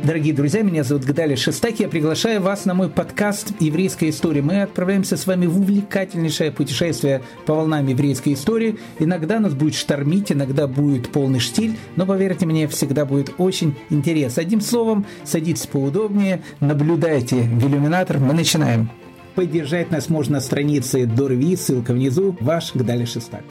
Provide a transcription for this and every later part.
Дорогие друзья, меня зовут Гдалия Шестак. Я приглашаю вас на мой подкаст «Еврейская история». Мы отправляемся с вами в увлекательнейшее путешествие по волнам еврейской истории. Иногда нас будет штормить, иногда будет полный штиль, но, поверьте мне, всегда будет очень интересно. Одним словом, садитесь поудобнее, наблюдайте в иллюминатор. Мы начинаем. Поддержать нас можно на странице Дорви, ссылка внизу. Ваш Гдалия Шестак.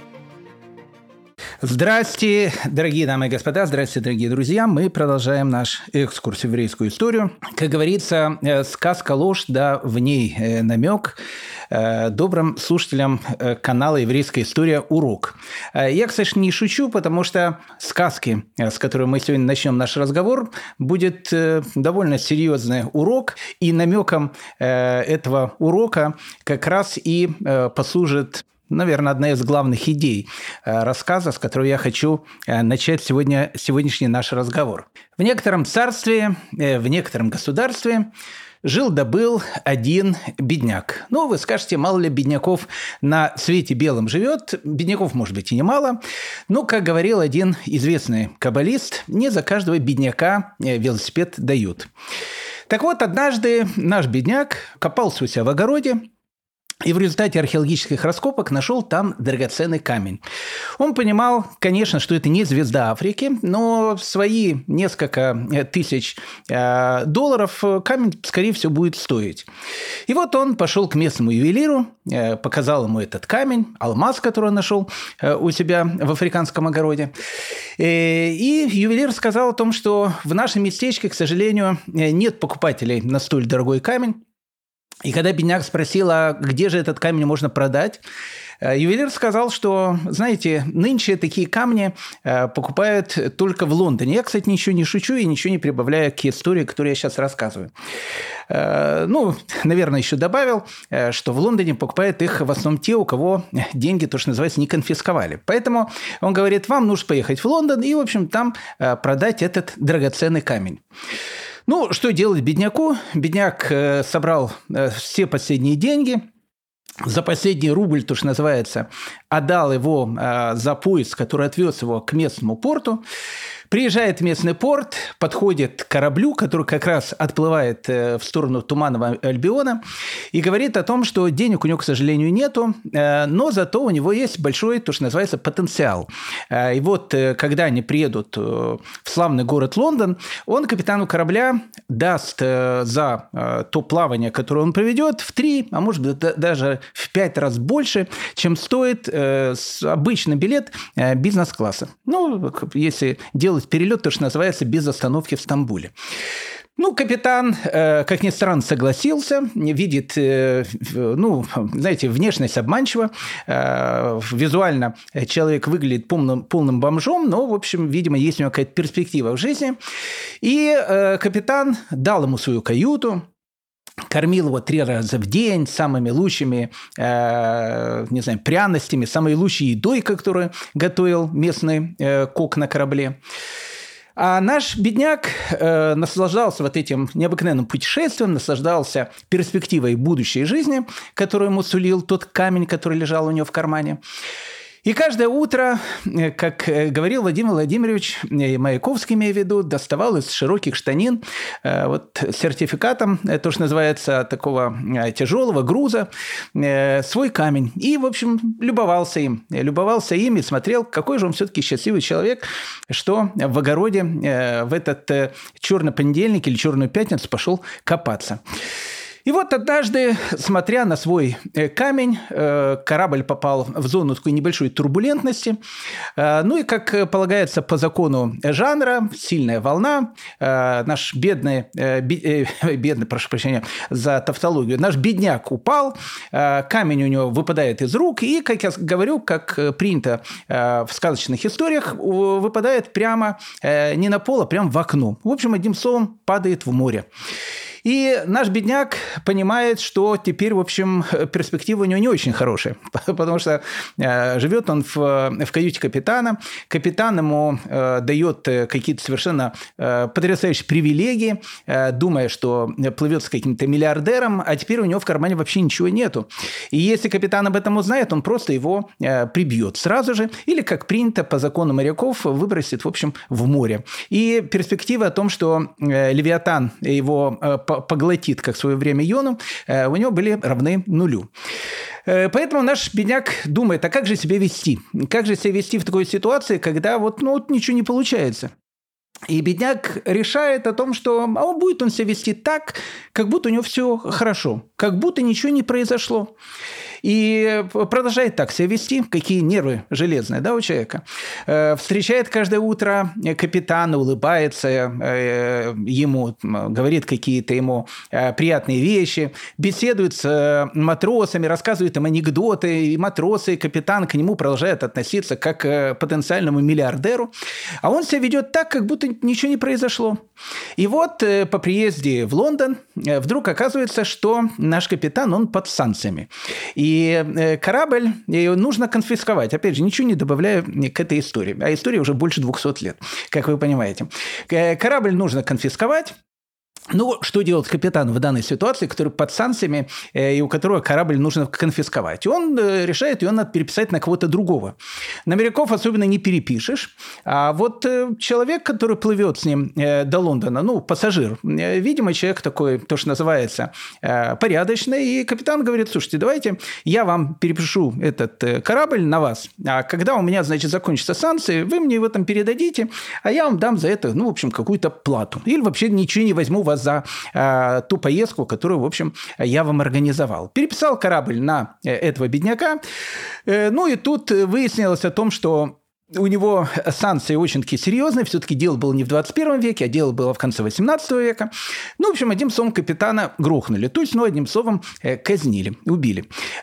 Здрасте, дорогие дамы и господа, здрасте, дорогие друзья. Мы продолжаем наш экскурс в еврейскую историю. Как говорится, сказка ложь, да в ней намек. Добрым слушателям канала «Еврейская история. Урок». Я, кстати, не шучу, потому что сказки, с которой мы сегодня начнем наш разговор, будет довольно серьезный урок, и намеком этого урока как раз и послужит, наверное, одна из главных идей рассказа, с которой я хочу начать сегодняшний наш разговор. В некотором царстве, в некотором государстве жил-да-был один бедняк. Ну, вы скажете, мало ли бедняков на свете белом живет. Бедняков, может быть, и немало. Но, как говорил один известный каббалист, не за каждого бедняка велосипед дают. Так вот, однажды наш бедняк копался у себя в огороде, и в результате археологических раскопок нашел там драгоценный камень. Он понимал, конечно, что это не звезда Африки, но свои несколько тысяч долларов камень, скорее всего, будет стоить. И вот он пошел к местному ювелиру, показал ему этот камень, алмаз, который он нашел у себя в африканском огороде. И ювелир сказал о том, что в нашем местечке, к сожалению, нет покупателей на столь дорогой камень. И когда бедняк спросил, а где же этот камень можно продать, ювелир сказал, что, знаете, нынче такие камни покупают только в Лондоне. Я, кстати, ничего не шучу и ничего не прибавляю к истории, которую я сейчас рассказываю. Ну, наверное, еще добавил, что в Лондоне покупают их в основном те, у кого деньги, то, что называется, не конфисковали. Поэтому он говорит, вам нужно поехать в Лондон и, в общем, там продать этот драгоценный камень. Ну, что делать бедняку? Бедняк собрал все последние деньги, за последний рубль, то, что называется, отдал его за поезд, который отвез его к местному порту. Приезжает в местный порт, подходит к кораблю, который как раз отплывает в сторону Туманного Альбиона, и говорит о том, что денег у него, к сожалению, нету, но зато у него есть большой, то, что называется, потенциал. И вот, когда они приедут в славный город Лондон, он капитану корабля даст за то плавание, которое он проведет, в 3, а может быть даже в 5 раз больше, чем стоит обычный билет бизнес-класса. Ну, если делать перелет, то, что называется, без остановки в Стамбуле. Ну, капитан, как ни странно, согласился, видит, ну, знаете, внешность обманчива, визуально человек выглядит полным бомжом, но, в общем, видимо, есть у него какая-то перспектива в жизни. И капитан дал ему свою каюту, кормил его 3 раза в день самыми лучшими, не знаю, пряностями, самой лучшей едой, которую готовил местный кок на корабле. А наш бедняк наслаждался вот этим необыкновенным путешествием, наслаждался перспективой будущей жизни, которую ему сулил тот камень, который лежал у него в кармане. И каждое утро, как говорил Владимир Владимирович Маяковский, имею в виду, доставал из широких штанин вот сертификатом, то, что называется, такого тяжелого груза, свой камень. И, в общем, любовался им и смотрел, какой же он все-таки счастливый человек, что в огороде в этот черный понедельник или черную пятницу пошел копаться. И вот однажды, смотря на свой камень, корабль попал в зону такой небольшой турбулентности. Ну и, как полагается по закону жанра, сильная волна. Наш бедный, прошу прощения за тавтологию, наш бедняк упал, камень у него выпадает из рук, и, как я говорю, как принято в сказочных историях, выпадает прямо не на пол, а прямо в окно. В общем, одним словом, падает в море. И наш бедняк понимает, что теперь, в общем, перспектива у него не очень хорошая, потому что живет он в каюте капитана. Капитан ему дает какие-то совершенно потрясающие привилегии, думая, что плывет с каким-то миллиардером, а теперь у него в кармане вообще ничего нету. И если капитан об этом узнает, он просто его прибьет сразу же, или, как принято по закону моряков, выбросит, в общем, в море. И перспектива о том, что Левиатан его поглотит, как в свое время Йону, у него были равны нулю. Поэтому наш бедняк думает, а как же себя вести? Как же себя вести в такой ситуации, когда вот ничего не получается? И бедняк решает о том, что будет он себя вести так, как будто у него все хорошо, как будто ничего не произошло. И продолжает так себя вести, какие нервы железные, да, у человека. Встречает каждое утро капитана, улыбается ему, говорит какие-то ему приятные вещи, беседует с матросами, рассказывает им анекдоты, и матросы, и капитан к нему продолжают относиться как к потенциальному миллиардеру. А он себя ведет так, как будто ничего не произошло. И вот по приезде в Лондон вдруг оказывается, что наш капитан, он под санкциями. И корабль нужно конфисковать. Опять же, ничего не добавляю к этой истории. А история уже больше 200 лет, как вы понимаете. Корабль нужно конфисковать. Ну, что делать капитан в данной ситуации, который под санкциями и у которого корабль нужно конфисковать? Он решает, ее надо переписать на кого-то другого. На моряков особенно не перепишешь. А вот человек, который плывет с ним до Лондона, пассажир, видимо, человек такой, то, что называется, порядочный. И капитан говорит, слушайте, давайте я вам перепишу этот корабль на вас. А когда у меня, значит, закончатся санкции, вы мне его там передадите, а я вам дам за это, в общем, какую-то плату. Или вообще ничего не возьму вас за ту поездку, которую, в общем, я вам организовал. Переписал корабль на этого бедняка. И тут выяснилось о том, что у него санкции очень-таки серьезные. Все-таки дело было не в 21 веке, а дело было в конце 18 века. В общем, одним словом, капитана грохнули. То есть, одним словом, казнили, убили.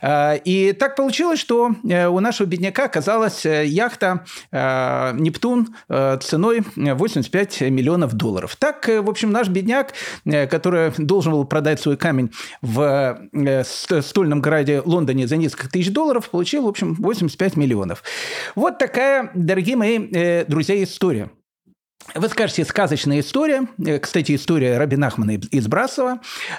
И так получилось, что у нашего бедняка оказалась яхта «Нептун» ценой $85 миллионов. Так, в общем, наш бедняк, который должен был продать свой камень в стольном городе Лондоне за несколько тысяч долларов, получил, в общем, 85 миллионов. Вот такая, дорогие мои друзья, история. Вы скажете, сказочная история. Кстати, история Раби Нахмана из Браслова.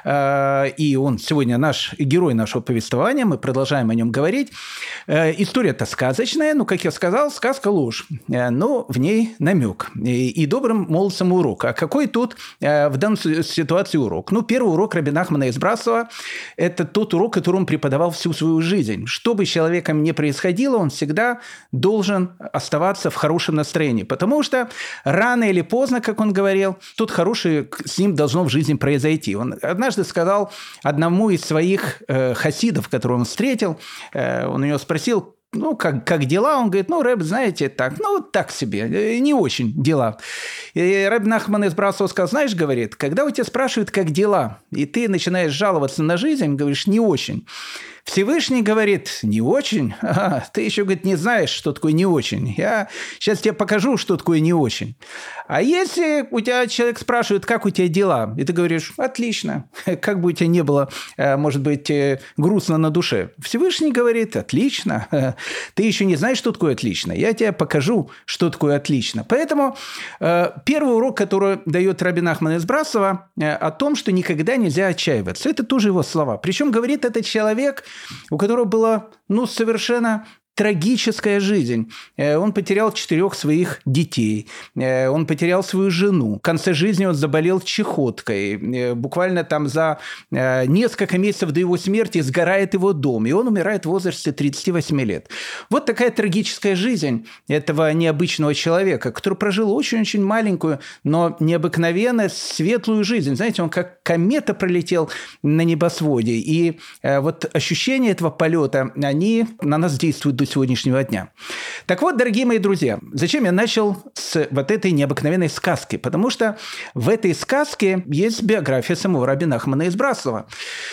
И он сегодня герой нашего повествования. Мы продолжаем о нем говорить. История-то сказочная. Как я сказал, сказка ложь. Но в ней намек. И добрым молодцам урок. А какой тут в данной ситуации урок? Первый урок Раби Нахмана из Браслова – это тот урок, который он преподавал всю свою жизнь. Что бы с человеком ни происходило, он всегда должен оставаться в хорошем настроении. Потому что рано или поздно, как он говорил, тут хорошее с ним должно в жизни произойти. Он однажды сказал одному из своих хасидов, которого он встретил, он у него спросил, как дела? Он говорит, Рэб, знаете, так себе, не очень дела. И Раби Нахман из Браслова сказал, знаешь, говорит, когда у тебя спрашивают, как дела, и ты начинаешь жаловаться на жизнь, говоришь, не очень. Всевышний говорит, не очень? Ты еще, говорит, не знаешь, что такое не очень. Я сейчас тебе покажу, что такое не очень. А если у тебя человек спрашивает, как у тебя дела, и ты говоришь, отлично, как бы у тебя не было, может быть, грустно на душе. Всевышний говорит, отлично, ты еще не знаешь, что такое отлично. Я тебе покажу, что такое отлично. Поэтому первый урок, который дает Раби Нахман из Браслова, о том, что никогда нельзя отчаиваться. Это тоже его слова. Причем говорит этот человек, у которого была, совершенно трагическая жизнь. Он потерял 4 своих детей. Он потерял свою жену. В конце жизни он заболел чехоткой. Буквально там за несколько месяцев до его смерти сгорает его дом. И он умирает в возрасте 38 лет. Вот такая трагическая жизнь этого необычного человека, который прожил очень-очень маленькую, но необыкновенно светлую жизнь. Знаете, он как комета пролетел на небосводе. И вот ощущения этого полета, они на нас действуют до сегодняшнего дня. Так вот, дорогие мои друзья, зачем я начал с вот этой необыкновенной сказки? Потому что в этой сказке есть биография самого Раби Нахмана из Браслова.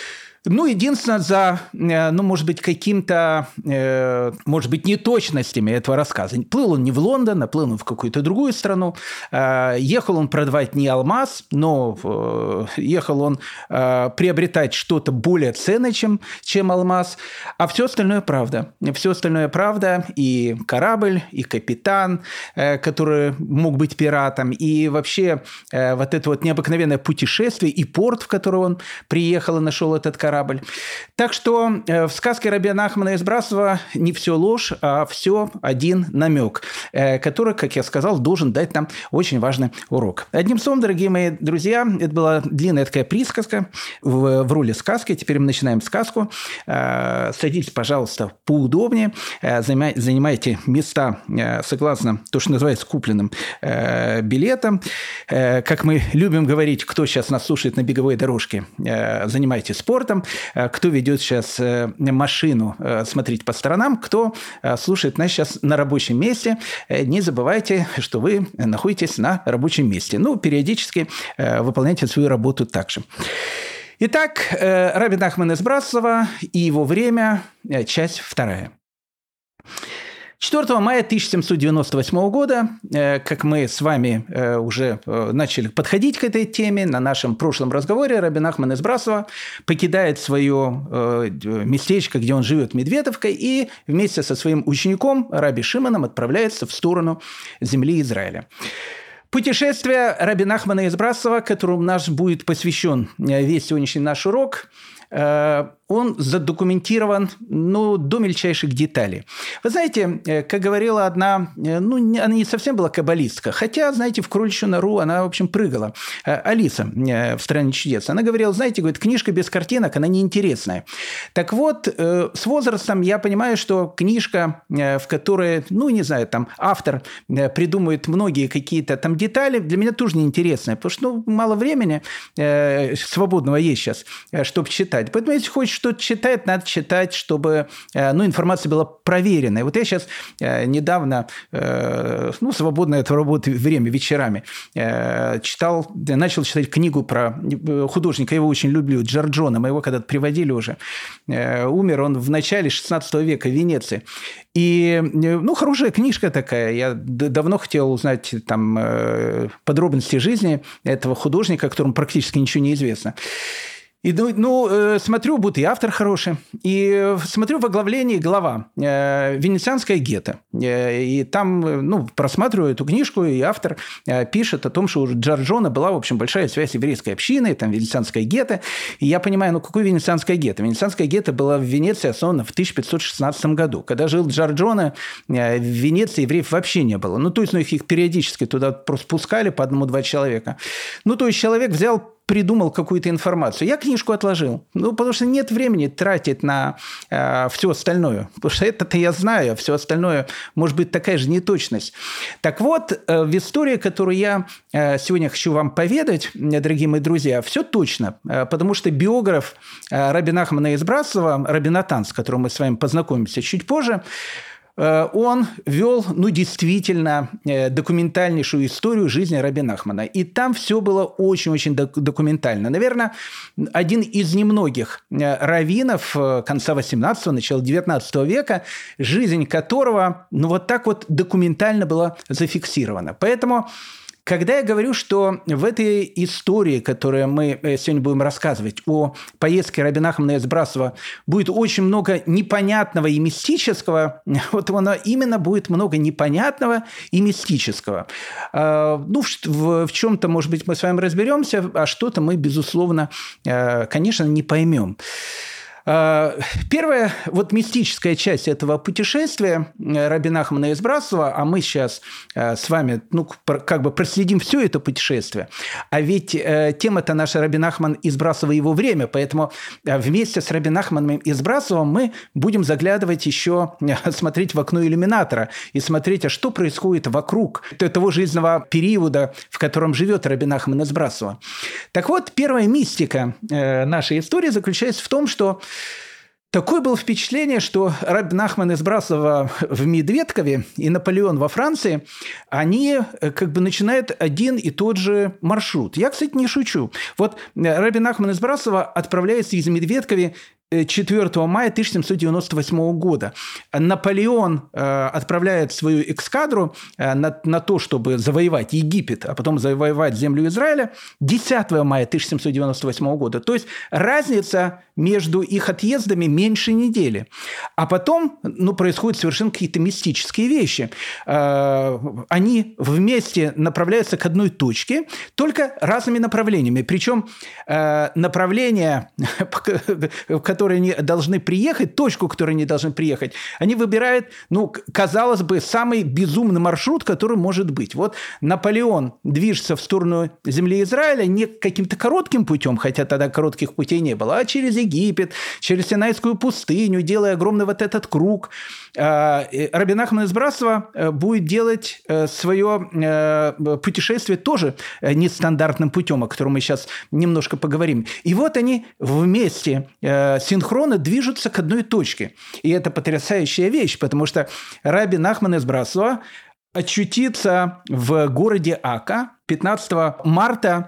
Ну, единственное, за, может быть, каким-то, может быть, неточностями этого рассказа. Плыл он не в Лондон, а плыл он в какую-то другую страну. Ехал он продавать не алмаз, но ехал он приобретать что-то более ценное, чем алмаз. А все остальное правда. Все остальное правда. И корабль, и капитан, который мог быть пиратом, и вообще вот это вот необыкновенное путешествие, и порт, в который он приехал и нашел этот корабль. Так что в сказке Раби Нахмана из Браслова не все ложь, а все один намек, который, как я сказал, должен дать нам очень важный урок. Одним словом, дорогие мои друзья, это была длинная такая присказка в роли сказки. Теперь мы начинаем сказку. Садитесь, пожалуйста, поудобнее, занимайте места согласно то, что называется купленным билетом. Как мы любим говорить, кто сейчас нас слушает на беговой дорожке, занимайтесь спортом. Кто ведет сейчас машину, смотрите по сторонам. Кто слушает нас сейчас на рабочем месте, не забывайте, что вы находитесь на рабочем месте. Ну, периодически выполняйте свою работу также. Итак, Раби Нахман из Браслова и его время, часть 2. 4 мая 1798 года, как мы с вами уже начали подходить к этой теме, на нашем прошлом разговоре Раби Нахман из Браслова покидает свое местечко, где он живет, Медведовка, и вместе со своим учеником Раби Шимоном отправляется в сторону земли Израиля. Путешествие Раби Нахмана из Браслова, которому наш будет посвящен весь сегодняшний наш урок, он задокументирован до мельчайших деталей. Вы знаете, как говорила одна, она не совсем была каббалистка, хотя, знаете, в кроличью нору она, в общем, прыгала. Алиса в «Стране чудес». Она говорила, знаете, говорит, книжка без картинок, она неинтересная. Так вот, с возрастом я понимаю, что книжка, в которой, не знаю, там автор придумывает многие какие-то там детали, для меня тоже неинтересная, потому что, мало времени свободного есть сейчас, чтобы читать. Поэтому, если хочешь что-то читать, надо читать, чтобы информация была проверенная. Вот я сейчас недавно, свободное от работы время, вечерами, начал читать книгу про художника, я его очень люблю, Джорджоне, мы его когда-то приводили уже. Умер он в начале 16 века в Венеции. И, хорошая книжка такая. Я давно хотел узнать там подробности жизни этого художника, о котором практически ничего не известно. И, смотрю, будто и автор хороший, и смотрю в оглавлении глава «Венецианское гетто». И там, просматриваю эту книжку, и автор пишет о том, что у Джорджоне была, в общем, большая связь с еврейской общиной, там Венецианское гетто. И я понимаю, какое Венецианское гетто? Венецианское гетто было в Венеции основано в 1516 году. Когда жил Джорджоне, в Венеции евреев вообще не было. То есть, их периодически туда просто пускали по 1-2 человека. То есть, человек взял, придумал какую-то информацию. Я книжку отложил. Потому что нет времени тратить на все остальное. Потому что это-то я знаю, а все остальное может быть такая же неточность. Так вот, в истории, которую я сегодня хочу вам поведать, дорогие мои друзья, все точно. Потому что биограф Раби Нахмана из Браслова, Раби Натан, с которым мы с вами познакомимся чуть позже, он вел, действительно документальнейшую историю жизни Раби Нахмана. И там все было очень-очень документально. Наверное, один из немногих раввинов конца 18-го, начала 19 века, жизнь которого вот так вот документально была зафиксирована. Поэтому, когда я говорю, что в этой истории, которую мы сегодня будем рассказывать, о поездке Раби Нахмана из Браслова, будет очень много непонятного и мистического, вот оно именно будет много непонятного и мистического. В чем-то, может быть, мы с вами разберемся, а что-то мы, безусловно, конечно, не поймем. Первая мистическая часть этого путешествия Раби Нахмана из Браслова, а мы сейчас с вами проследим все это путешествие, а ведь тема-то наша Раби Нахман из Браслова и его время, поэтому вместе с Раби Нахманом из Браслова мы будем заглядывать еще, смотреть в окно иллюминатора и смотреть, а что происходит вокруг того жизненного периода, в котором живет Раби Нахман из Браслова. Так вот, первая мистика нашей истории заключается в том, что Такое было впечатление, что Раби Нахман из Браслова в Медведкове и Наполеон во Франции, они как бы начинают один и тот же маршрут. Я, кстати, не шучу. Вот Раби Нахман из Браслова отправляется из Медведкови 4 мая 1798 года. Наполеон отправляет свою эскадру на то, чтобы завоевать Египет, а потом завоевать землю Израиля 10 мая 1798 года. То есть разница между их отъездами меньше недели. А потом происходят совершенно какие-то мистические вещи. Они вместе направляются к одной точке, только разными направлениями. Причем направление, в которое они должны приехать, точку, в которую они должны приехать, они выбирают, казалось бы, самый безумный маршрут, который может быть. Вот Наполеон движется в сторону земли Израиля не каким-то коротким путем, хотя тогда коротких путей не было, а через Египет, через Синайскую пустыню, делая огромный вот этот круг. Раби Нахман из Браслова будет делать свое путешествие тоже нестандартным путем, о котором мы сейчас немножко поговорим. И вот они вместе синхронно движутся к одной точке. И это потрясающая вещь, потому что Раби Нахман из Браслова очутится в городе Ака 15 марта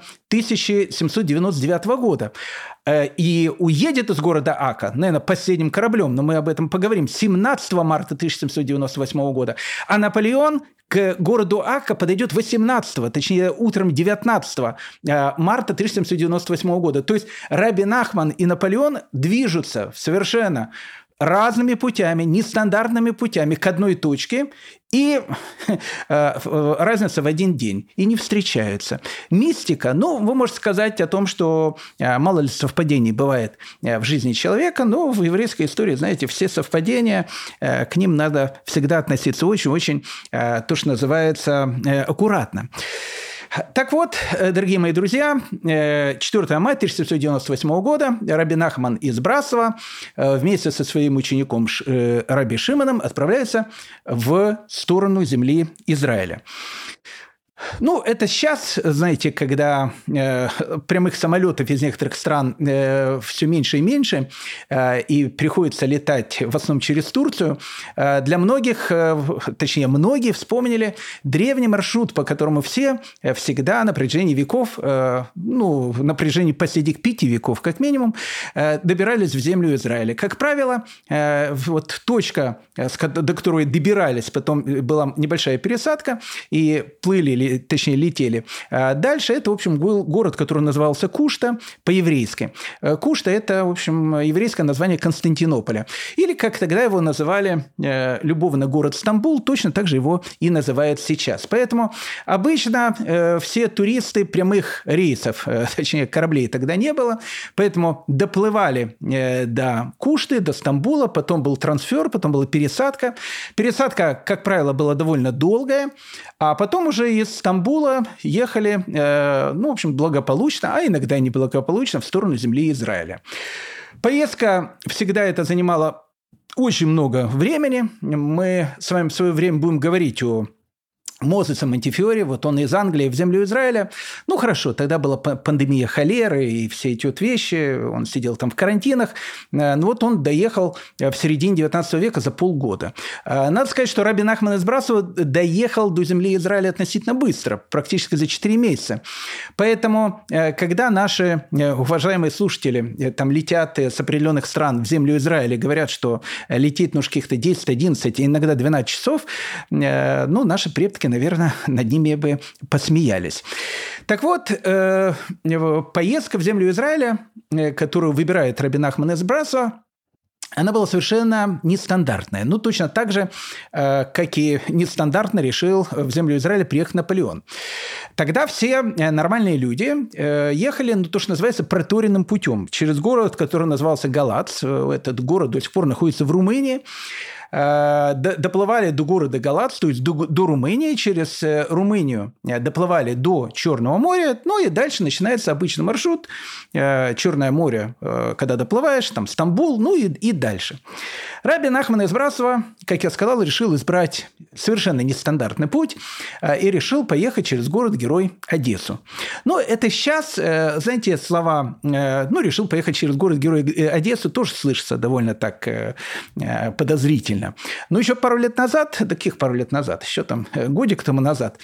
1799 года. И уедет из города Ака, наверное, последним кораблем, но мы об этом поговорим, 17 марта 1798 года. А Наполеон к городу Ака подойдет 18, точнее, утром 19 марта 1798 года. То есть Раби Нахман и Наполеон движутся совершенно разными путями, нестандартными путями к одной точке, и разница в один день, и не встречаются. Мистика, вы можете сказать о том, что мало ли совпадений бывает в жизни человека, но в еврейской истории, знаете, все совпадения, к ним надо всегда относиться очень-очень, то, что называется, аккуратно. Так вот, дорогие мои друзья, 4 мая 1798 года Раби Нахман из Браслова вместе со своим учеником Раби Шимоном отправляется в сторону земли Израиля. Это сейчас, знаете, когда прямых самолетов из некоторых стран все меньше и меньше, и приходится летать в основном через Турцию, для многих, точнее, многие вспомнили древний маршрут, по которому все всегда на протяжении веков, на протяжении последних 5 веков, как минимум, добирались в землю Израиля. Как правило, вот точка, до которой добирались, потом была небольшая пересадка, и плыли, точнее, летели. Дальше это, в общем, был город, который назывался Кушта по-еврейски. Кушта – это, в общем, еврейское название Константинополя. Или, как тогда его называли, любовно город Стамбул, точно так же его и называют сейчас. Поэтому обычно все туристы прямых рейсов, точнее, кораблей тогда не было, поэтому доплывали до Кушты, до Стамбула, потом был трансфер, потом была пересадка. Пересадка, как правило, была довольно долгая, а потом уже из Стамбула ехали, в общем, благополучно, а иногда и неблагополучно, в сторону земли Израиля. Поездка всегда это занимала очень много времени. Мы с вами в свое время будем говорить о Мозесе Монтифиоре, вот он из Англии в землю Израиля. Хорошо, тогда была пандемия холеры и все эти вот вещи, он сидел там в карантинах. Вот он доехал в середине 19 века за полгода. Надо сказать, что Раби Нахман из Браслова доехал до земли Израиля относительно быстро, практически за 4 месяца. Поэтому, когда наши уважаемые слушатели там летят с определенных стран в землю Израиля, говорят, что летит каких-то 10, 11, иногда 12 часов, наши предки, наверное, над ними бы посмеялись. Так вот, поездка в землю Израиля, которую выбирает Раби Нахман из Браслова, она была совершенно нестандартная. Точно так же, как и нестандартно решил в землю Израиля приехать Наполеон. Тогда все нормальные люди ехали, то, что называется, проторенным путем. Через город, который назывался Галац. Этот город до сих пор находится в Румынии. Доплывали до города Галац, то есть до Румынии, через Румынию доплывали до Черного моря, и дальше начинается обычный маршрут. Черное море, когда доплываешь, там Стамбул, и дальше. Раби Нахман из Братства, как я сказал, решил избрать совершенно нестандартный путь и решил поехать через город-герой Одессу. Но это сейчас, знаете, слова решил поехать через город-герой Одессу, тоже слышится довольно так подозрительно. Но еще пару лет назад, еще там годик тому назад,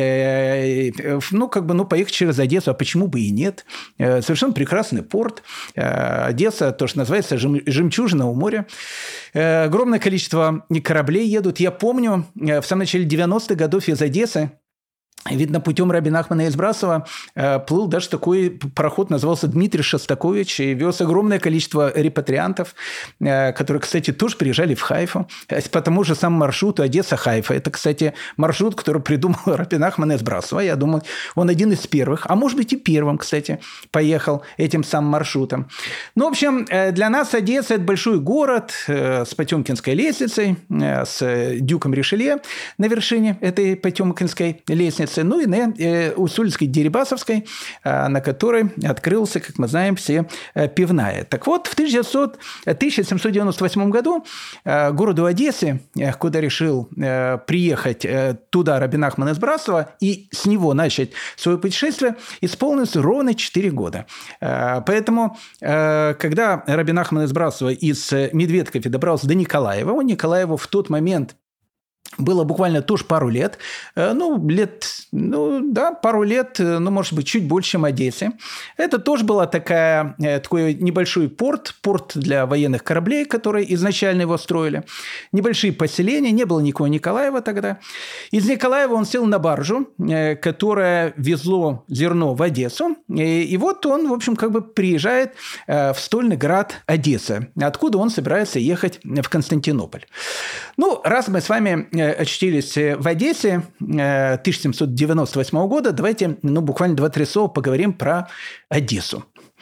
поехать через Одессу, а почему бы и нет? Совершенно прекрасный порт. Одесса тоже называется «Жемчужина у моря». Огромное количество кораблей едут. Я помню, в самом начале 90-х годов из Одессы, видно, путем раби Нахмана из Братства плыл даже такой пароход, назывался Дмитрий Шостакович, и вез огромное количество репатриантов, которые, кстати, тоже приезжали в Хайфу по тому же самому маршруту Одесса-Хайфа. Это, кстати, маршрут, который придумал раби Нахман из Братства. Я думаю, он один из первых, а может быть и первым, кстати, поехал этим самым маршрутом. Ну, в общем, для нас Одесса – это большой город с Потемкинской лестницей, с дюком Ришелье на вершине этой Потемкинской лестницы, ну и на Уссурийской Дерибасовской, на которой открылся, как мы знаем, все пивная. Так вот, в 1798 году городу Одессе, куда решил приехать туда раби Нахман из Братства и с него начать свое путешествие, исполнилось ровно 4 года. Поэтому, когда раби Нахман из Братства из Медведковки добрался до Николаева, Николаеву в тот момент было буквально тоже пару лет, пару лет, может быть, чуть больше, чем Одессе. Это тоже был такой небольшой порт для военных кораблей, которые изначально его строили. Небольшие поселения, не было никакого Николаева тогда. Из Николаева он сел на баржу, которая везло зерно в Одессу. И вот он, в общем, приезжает в стольный град Одесса, откуда он собирается ехать в Константинополь. Раз мы с вами очутились в Одессе 1798 года, давайте буквально 2-3 слова поговорим про Одессу.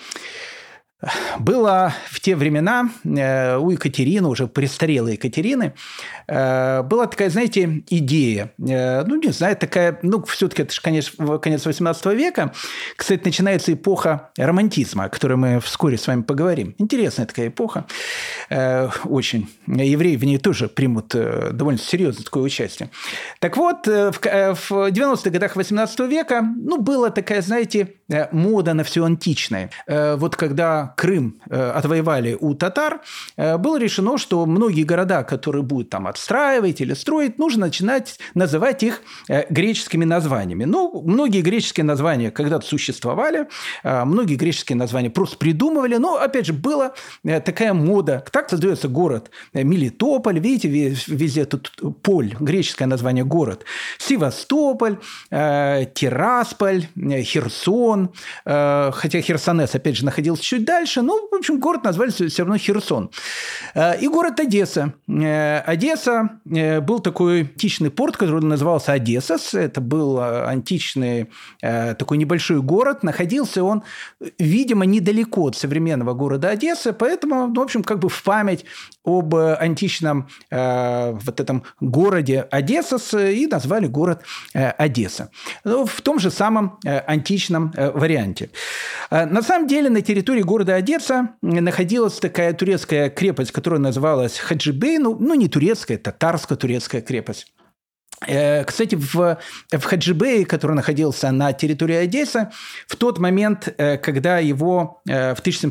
Было в те времена у Екатерины, уже престарелой Екатерины, была такая, знаете, идея. Все-таки это же конец 18 века. Кстати, начинается эпоха романтизма, о которой мы вскоре с вами поговорим. Интересная такая эпоха. Очень. Евреи в ней тоже примут довольно серьезное такое участие. Так вот, в 90-х годах 18 века, была такая, знаете, мода на все античное. Вот когда Крым отвоевали у татар, было решено, что многие города, которые будут там отстраивать или строить, нужно начинать называть их греческими названиями. Многие греческие названия когда-то существовали, многие греческие названия просто придумывали, но, опять же, была такая мода. Так создается город Мелитополь, видите, везде тут поль, греческое название город, Севастополь, Тирасполь, Херсон, хотя Херсонес, опять же, находился чуть дальше, в общем, город назвали все равно Херсон. И город Одесса. Одесса был такой античный порт, который назывался Одессос. Это был античный такой небольшой город. Находился он, видимо, недалеко от современного города Одессы, поэтому, в общем, в память об античном этом городе Одессос и назвали город Одесса. В том же самом античном варианте. На самом деле на территории города Одесса находилась такая турецкая крепость, которая называлась Хаджибей, не турецкая, татарско-турецкая крепость. Кстати, в Хаджибее, который находился на территории Одессы, в тот момент, когда его в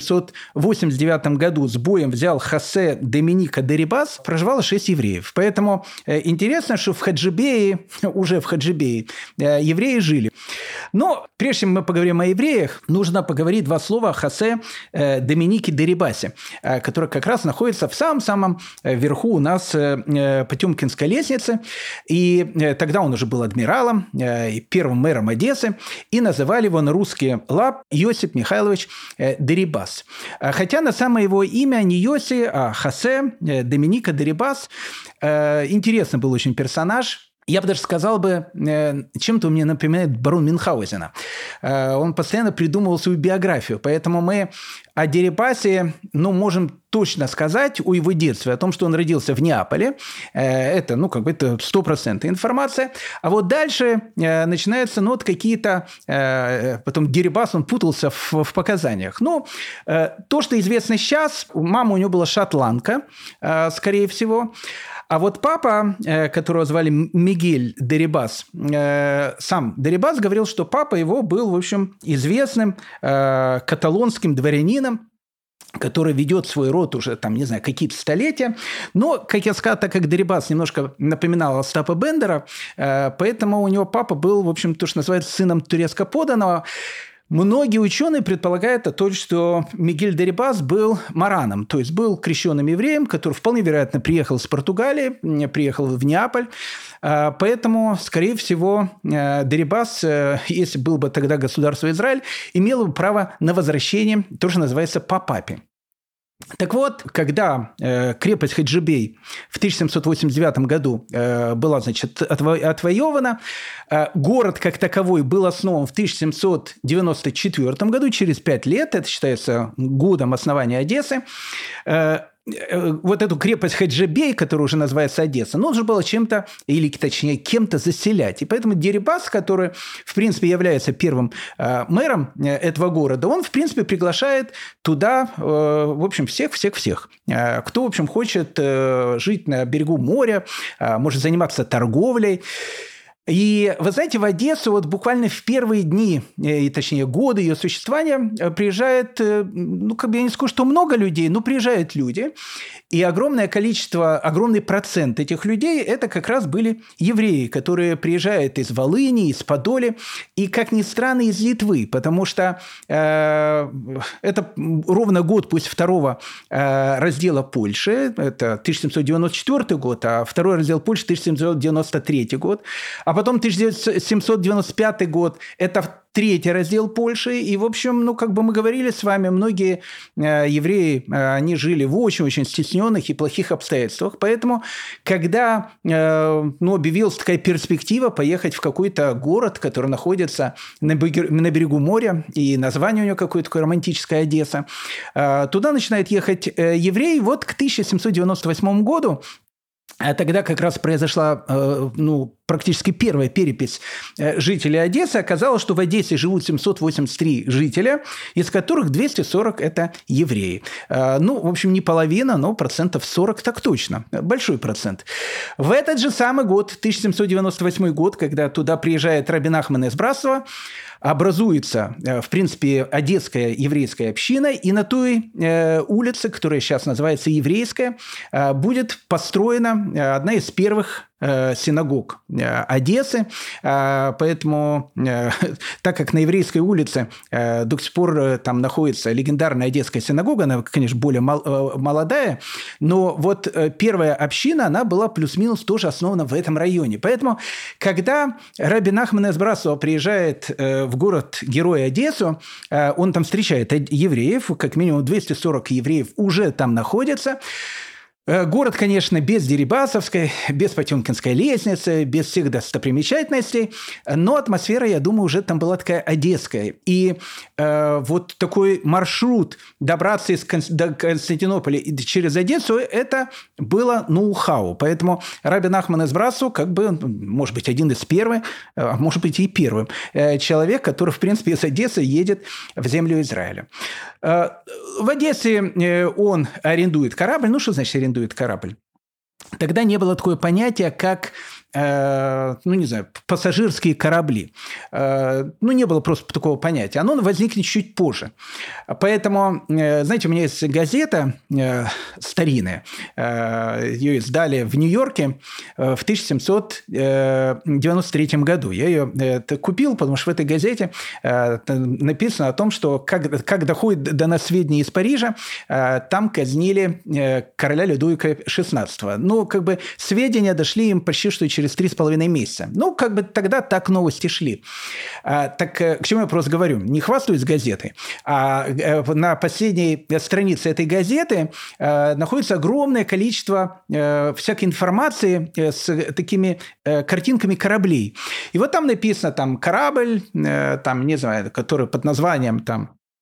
1789 году с боем взял Хосе Доминика де Рибас, проживало 6 евреев. Поэтому интересно, что уже в Хаджибее евреи жили. Но прежде чем мы поговорим о евреях, нужно поговорить 2 слова о Хосе Доминике де Рибасе, который как раз находится в самом-самом верху у нас Потемкинской лестницы. И тогда он уже был адмиралом и первым мэром Одессы, и называли его на русский лад Иосиф Михайлович де Рибас. Хотя на самое его имя не Йоси, а Хосе Доминика де Рибас. Интересный был очень персонаж. Я бы даже сказал чем-то он мне напоминает барона Мюнхгаузена. Он постоянно придумывал свою биографию, поэтому мы о де Рибасе можем точно сказать о его детстве, о том, что он родился в Неаполе. Это, это стопроцентная информация. А вот дальше начинаются, какие-то... Потом Дерибас, он путался в показаниях. То, что известно сейчас, мама у него была шотландка, скорее всего. А вот папа, которого звали Мигель Дерибас, сам Дерибас говорил, что папа его был, в общем, известным каталонским дворянином, который ведет свой род уже, какие-то столетия. Но, как я сказал, так как Дерибас немножко напоминал Остапа Бендера, поэтому у него папа был, в общем, то, что называется, сыном турецко-подданного. Многие ученые предполагают что Мигель Дерибас был мараном, то есть был крещенным евреем, который вполне вероятно приехал с Португалии, приехал в Неаполь. Поэтому, скорее всего, Дерибас, если был бы тогда государство Израиль, имел бы право на возвращение, то, что называется, по папе. Так вот, когда крепость Хаджибей в 1789 году была, отвоевана, город как таковой был основан в 1794 году, через 5 лет, это считается годом основания Одессы. Вот эту крепость Хаджибей, которая уже называется Одесса, нужно было чем-то, или точнее кем-то заселять. И поэтому Дерибас, который, в принципе, является первым мэром этого города, он, в принципе, приглашает туда, в общем, всех. Кто, в общем, хочет жить на берегу моря, может заниматься торговлей. И, вы знаете, в Одессу вот буквально в первые дни, точнее, годы ее существования приезжает, я не скажу, что много людей, но приезжают люди. И огромный процент этих людей – это как раз были евреи, которые приезжают из Волыни, из Подоли, и, как ни странно, из Литвы, потому что это ровно год после второго раздела Польши, это 1794 год, а второй раздел Польши – 1793 год, а потом 1795 год – это третий раздел Польши. И, в общем, мы говорили с вами, многие евреи, они жили в очень-очень стесненных и плохих обстоятельствах. Поэтому, когда объявилась такая перспектива поехать в какой-то город, который находится на берегу моря, и название у него какое-то такое романтическое Одесса, туда начинают ехать евреи. Вот к 1798 году, тогда как раз произошла практически первая перепись жителей Одессы. Оказалось, что в Одессе живут 783 жителя, из которых 240 – это евреи. В общем, не половина, но 40% так точно. Большой процент. В этот же самый год, 1798 год, когда туда приезжает Раби Нахман из Браслова, образуется, в принципе, одесская еврейская община, и на той улице, которая сейчас называется Еврейская, будет построена одна из первых синагог Одессы. Поэтому, так как на Еврейской улице до сих пор там находится легендарная Одесская синагога, она, конечно, более молодая, но вот первая община, она была плюс-минус тоже основана в этом районе. Поэтому, когда Раби Нахман из Браслова приезжает в город-герой Одессу, он там встречает евреев, как минимум 240 евреев уже там находятся. Город, конечно, без Дерибасовской, без Потемкинской лестницы, без всех достопримечательностей, но атмосфера, я думаю, уже там была такая одесская. И вот такой маршрут добраться до Константинополя через Одессу – это было ноу-хау. Поэтому Раби Нахман из Браслова, может быть, один из первых, а может быть, и первым человек, который, в принципе, из Одессы едет в землю Израиля. В Одессе он арендует корабль. Что значит арендует корабль? Тогда не было такое понятие, как пассажирские корабли. Не было просто такого понятия. Оно возникнет чуть позже. Поэтому, знаете, у меня есть газета старинная. Ее издали в Нью-Йорке в 1793 году. Я ее купил, потому что в этой газете написано о том, что как доходит до нас сведения из Парижа, там казнили короля Людовика XVI. Сведения дошли им почти что через 3,5 месяца. Тогда так новости шли. Так к чему я просто говорю? Не хвастаюсь газетой, а на последней странице этой газеты находится огромное количество всякой информации с такими картинками кораблей. И вот там написано, корабль, который под названием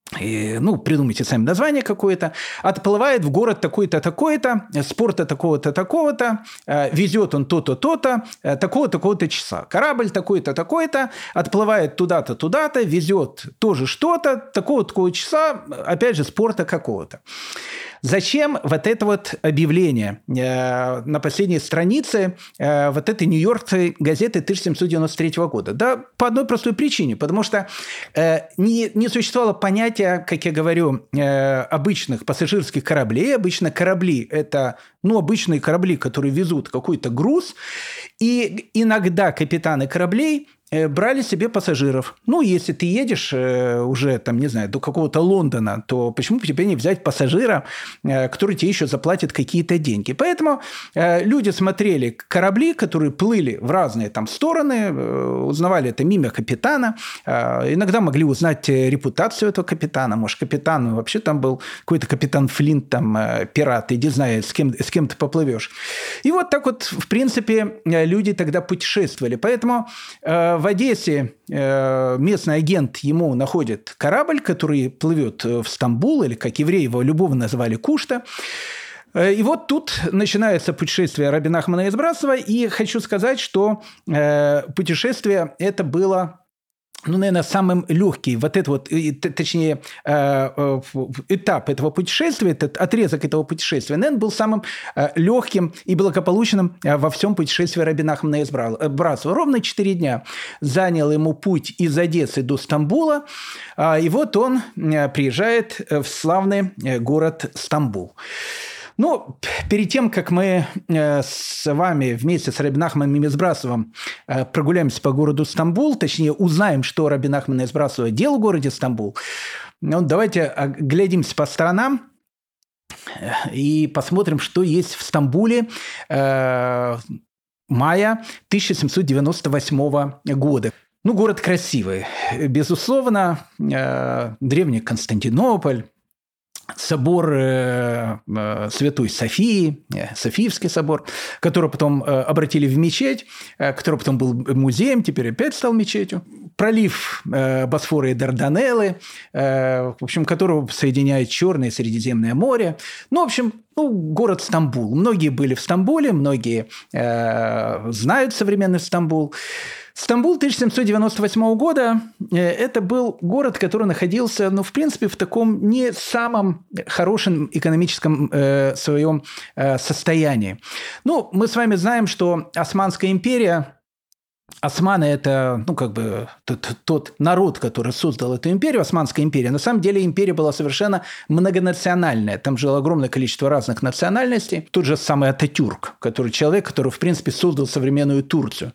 придумайте сами название какое-то, отплывает в город такой-то, такой-то, с порта такого-то, такого-то, везет он то-то, то-то, такого-то, такого-то часа. Корабль такой-то, такой-то, отплывает туда-то, туда-то, везет тоже что-то, такого-то, такого часа, опять же, с порта какого-то. Зачем вот это вот объявление на последней странице вот этой нью-йоркской газеты 1793 года? Да, по одной простой причине, потому что не существовало понятия, как я говорю, обычных пассажирских кораблей. Обычно корабли – это обычные корабли, которые везут какой-то груз, и иногда капитаны кораблей брали себе пассажиров. Если ты едешь уже, до какого-то Лондона, то почему бы тебе не взять пассажира, который тебе еще заплатит какие-то деньги? Поэтому люди смотрели корабли, которые плыли в разные стороны, узнавали это имя капитана, иногда могли узнать репутацию этого капитана. Может, капитан вообще там был какой-то капитан Флинт, пират, иди знай, с кем ты поплывешь. И вот так вот, в принципе, люди тогда путешествовали. Поэтому в Одессе местный агент ему находит корабль, который плывет в Стамбул, или, как евреи его любовно называли, Кушта. И вот тут начинается путешествие Рабина Ахмана из Братства, и хочу сказать, что путешествие это было... наверное, самым легкий, точнее, этап этого путешествия, этот отрезок этого путешествия, наверное, был самым легким и благополучным во всем путешествии Рабина Ахмана из Братства. Ровно 4 дня занял ему путь из Одессы до Стамбула, и вот он приезжает в славный город Стамбул. Перед тем, как мы с вами вместе с Рабин Ахманом из Братством прогуляемся по городу Стамбул, точнее, узнаем, что Рабин Ахман из Братства делал в городе Стамбул, давайте оглядимся по сторонам и посмотрим, что есть в Стамбуле мая 1798 года. Город красивый, безусловно, древний Константинополь, собор Святой Софии, Софиевский собор, который потом обратили в мечеть, который потом был музеем, теперь опять стал мечетью. Пролив Босфора и Дарданеллы, в общем, которого соединяет Черное и Средиземное море. Город Стамбул. Многие были в Стамбуле, многие знают современный Стамбул. Стамбул 1798 года – это был город, который находился, в принципе, в таком не самом хорошем экономическом своем состоянии. Мы с вами знаем, что Османская империя, османы – это, тот народ, который создал эту империю, Османская империя. На самом деле империя была совершенно многонациональная. Там жило огромное количество разных национальностей. Тот же самый Ататюрк, человек, который, в принципе, создал современную Турцию.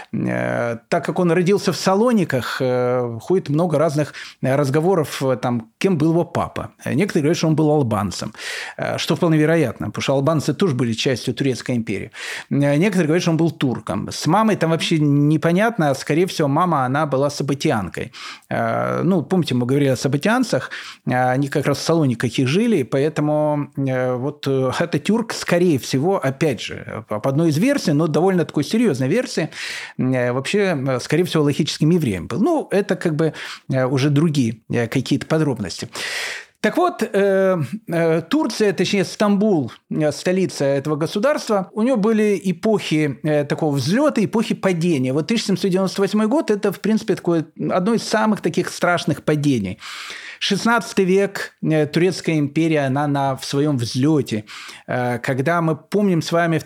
Так как он родился в Салониках, ходит много разных разговоров, кем был его папа. Некоторые говорят, что он был албанцем, что вполне вероятно, потому что албанцы тоже были частью Турецкой империи. Некоторые говорят, что он был турком. С мамой там вообще непонятно, скорее всего, мама, она была сабатианкой. Помните, мы говорили о сабатианцах, они как раз в Салониках их жили, поэтому Ататюрк, скорее всего, опять же, по одной из версий, но довольно такой серьезной версии, вообще, скорее всего, логическим евреем был. Это уже другие какие-то подробности. Так вот, Турция, точнее Стамбул, столица этого государства, у нее были эпохи такого взлета, эпохи падения. 1798 год – это, в принципе, одно из самых таких страшных падений. 16 век, Турецкая империя, она в своем взлете. Когда мы помним с вами, в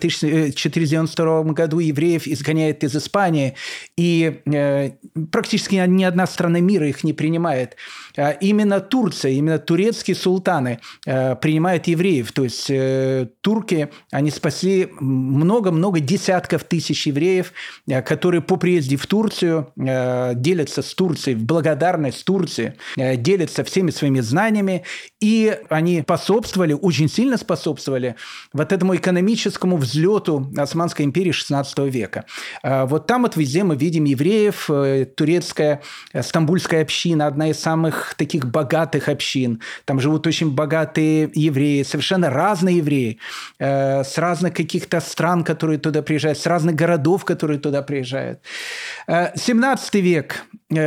1492 году евреев изгоняет из Испании, и практически ни одна страна мира их не принимает. Именно Турция, именно турецкие султаны принимают евреев. То есть турки, они спасли много-много десятков тысяч евреев, которые по приезде в Турцию делятся с Турцией, в благодарность Турции, делятся всеми своими знаниями, и они способствовали, очень сильно способствовали этому экономическому взлету Османской империи XVI века. Там везде мы видим евреев, турецкая, стамбульская община, одна из самых самых таких богатых общин. Там живут очень богатые евреи, совершенно разные евреи, с разных каких-то стран, которые туда приезжают, с разных городов, которые туда приезжают. 17 век.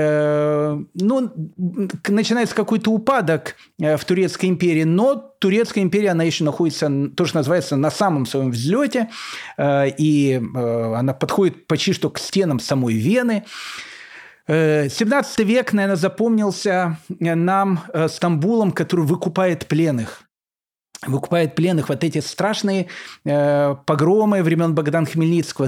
Начинается какой-то упадок в Турецкой империи, но Турецкая империя, она еще находится, то, что называется, на самом своем взлете, и она подходит почти что к стенам самой Вены. 17 век, наверное, запомнился нам Стамбулом, который выкупает пленных. Выкупает пленных, вот эти страшные погромы времен Богдана Хмельницкого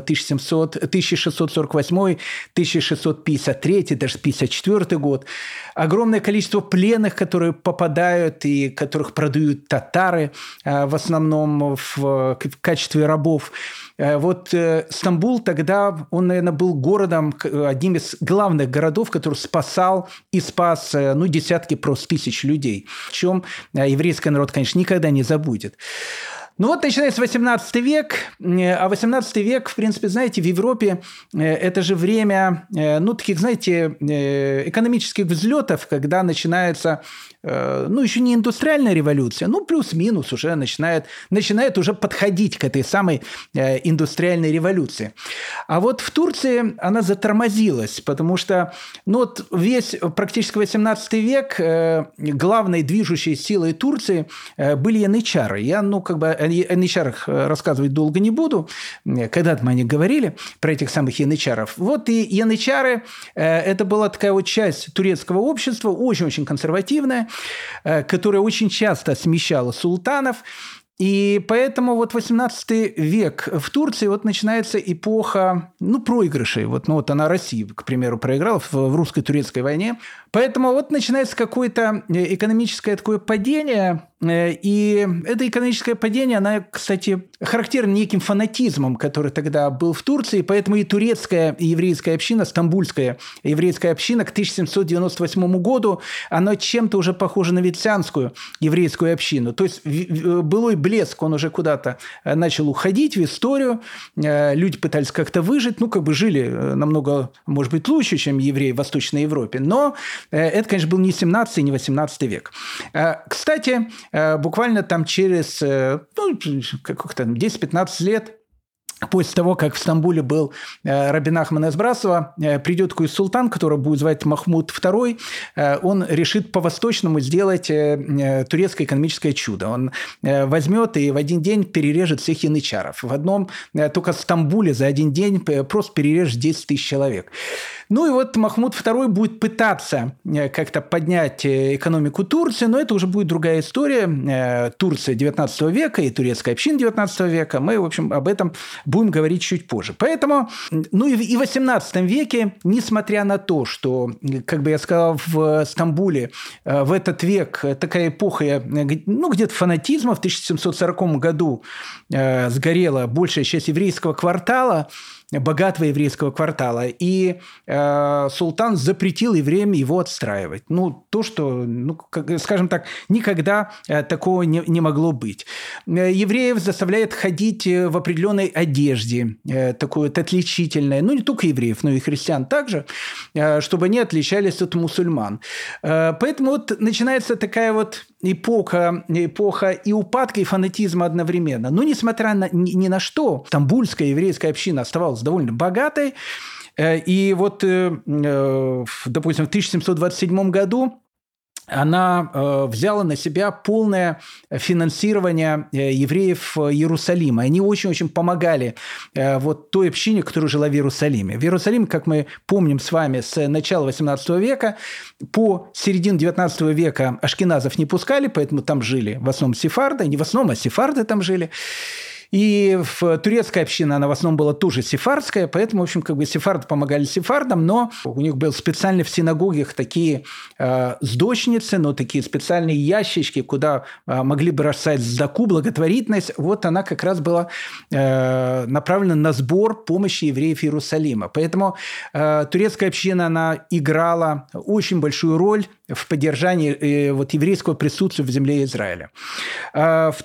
1648-1653, даже 54 год. Огромное количество пленных, которые попадают и которых продают татары в основном в качестве рабов. Вот Стамбул тогда, он, наверное, был городом, одним из главных городов, который спасал и спас десятки, просто тысяч людей. В чем еврейский народ, конечно, никогда не забудет. Ну вот начинается 18 век, а 18 век, в принципе, знаете, в Европе это же время, таких, знаете, экономических взлетов, когда начинается, еще не индустриальная революция, плюс-минус уже начинает уже подходить к этой самой индустриальной революции. А вот в Турции она затормозилась, потому что, весь практически 18 век главной движущей силой Турции были янычары. Я, о янычарах рассказывать долго не буду. Когда-то мы о них говорили, про этих самых янычаров. Вот и янычары – это была такая вот часть турецкого общества, очень-очень консервативная, которая очень часто смещала султанов. И поэтому вот 18 век в Турции начинается эпоха проигрышей. Она России, к примеру, проиграла в русско-турецкой войне. Поэтому начинается какое-то экономическое такое падение. И это экономическое падение, она, кстати, характерна неким фанатизмом, который тогда был в Турции. Поэтому и турецкая и еврейская община, стамбульская еврейская община к 1798 году, она чем-то уже похожа на венецианскую еврейскую общину. То есть былой блеск, он уже куда-то начал уходить в историю. Люди пытались как-то выжить. Жили намного, может быть, лучше, чем евреи в Восточной Европе. Но это, конечно, был не 17 и не 18 век. Кстати, буквально там через 10-15 лет после того, как в Стамбуле был Рабин Ахмед Эсбрасова, придет такой султан, которого будет звать Махмуд II, он решит по-восточному сделать турецкое экономическое чудо. Он возьмет и в один день перережет всех янычаров. В одном только Стамбуле за один день просто перережет 10 тысяч человек. И Махмуд II будет пытаться как-то поднять экономику Турции, но это уже будет другая история. Турция 19 века и турецкая община 19 века. Мы, в общем, об этом будем говорить чуть позже. Поэтому, и в 18 веке, несмотря на то, что, как бы я сказал, в Стамбуле в этот век такая эпоха, где-то фанатизма, в 1740 году сгорела большая часть еврейского квартала, богатого еврейского квартала, и султан запретил евреям его отстраивать. То, что, скажем так, никогда такого не могло быть. Евреев заставляет ходить в определенной одежде, такой вот отличительной, не только евреев, но и христиан также, чтобы они отличались от мусульман. Поэтому начинается такая эпоха и упадка, и фанатизма одновременно. Но, несмотря ни на что, стамбульская еврейская община оставалась довольно богатой. И допустим, в 1727 году она взяла на себя полное финансирование евреев Иерусалима. Они очень-очень помогали той общине, которая жила в Иерусалиме. В Иерусалим, как мы помним с вами, с начала XVIII века по середину XIX века ашкеназов не пускали, поэтому там жили в основном сефарды. Не в основном, а сефарды там жили. И турецкая община, она в основном была тоже сефардская, поэтому, в общем, сефарды помогали сефардам, но у них были специально в синагогах такие сдочницы, такие специальные ящички, куда могли бы бросать сдаку, благотворительность. Она как раз была направлена на сбор помощи евреев Иерусалима. Поэтому турецкая община, она играла очень большую роль в поддержании вот еврейского присутствия в земле Израиля. В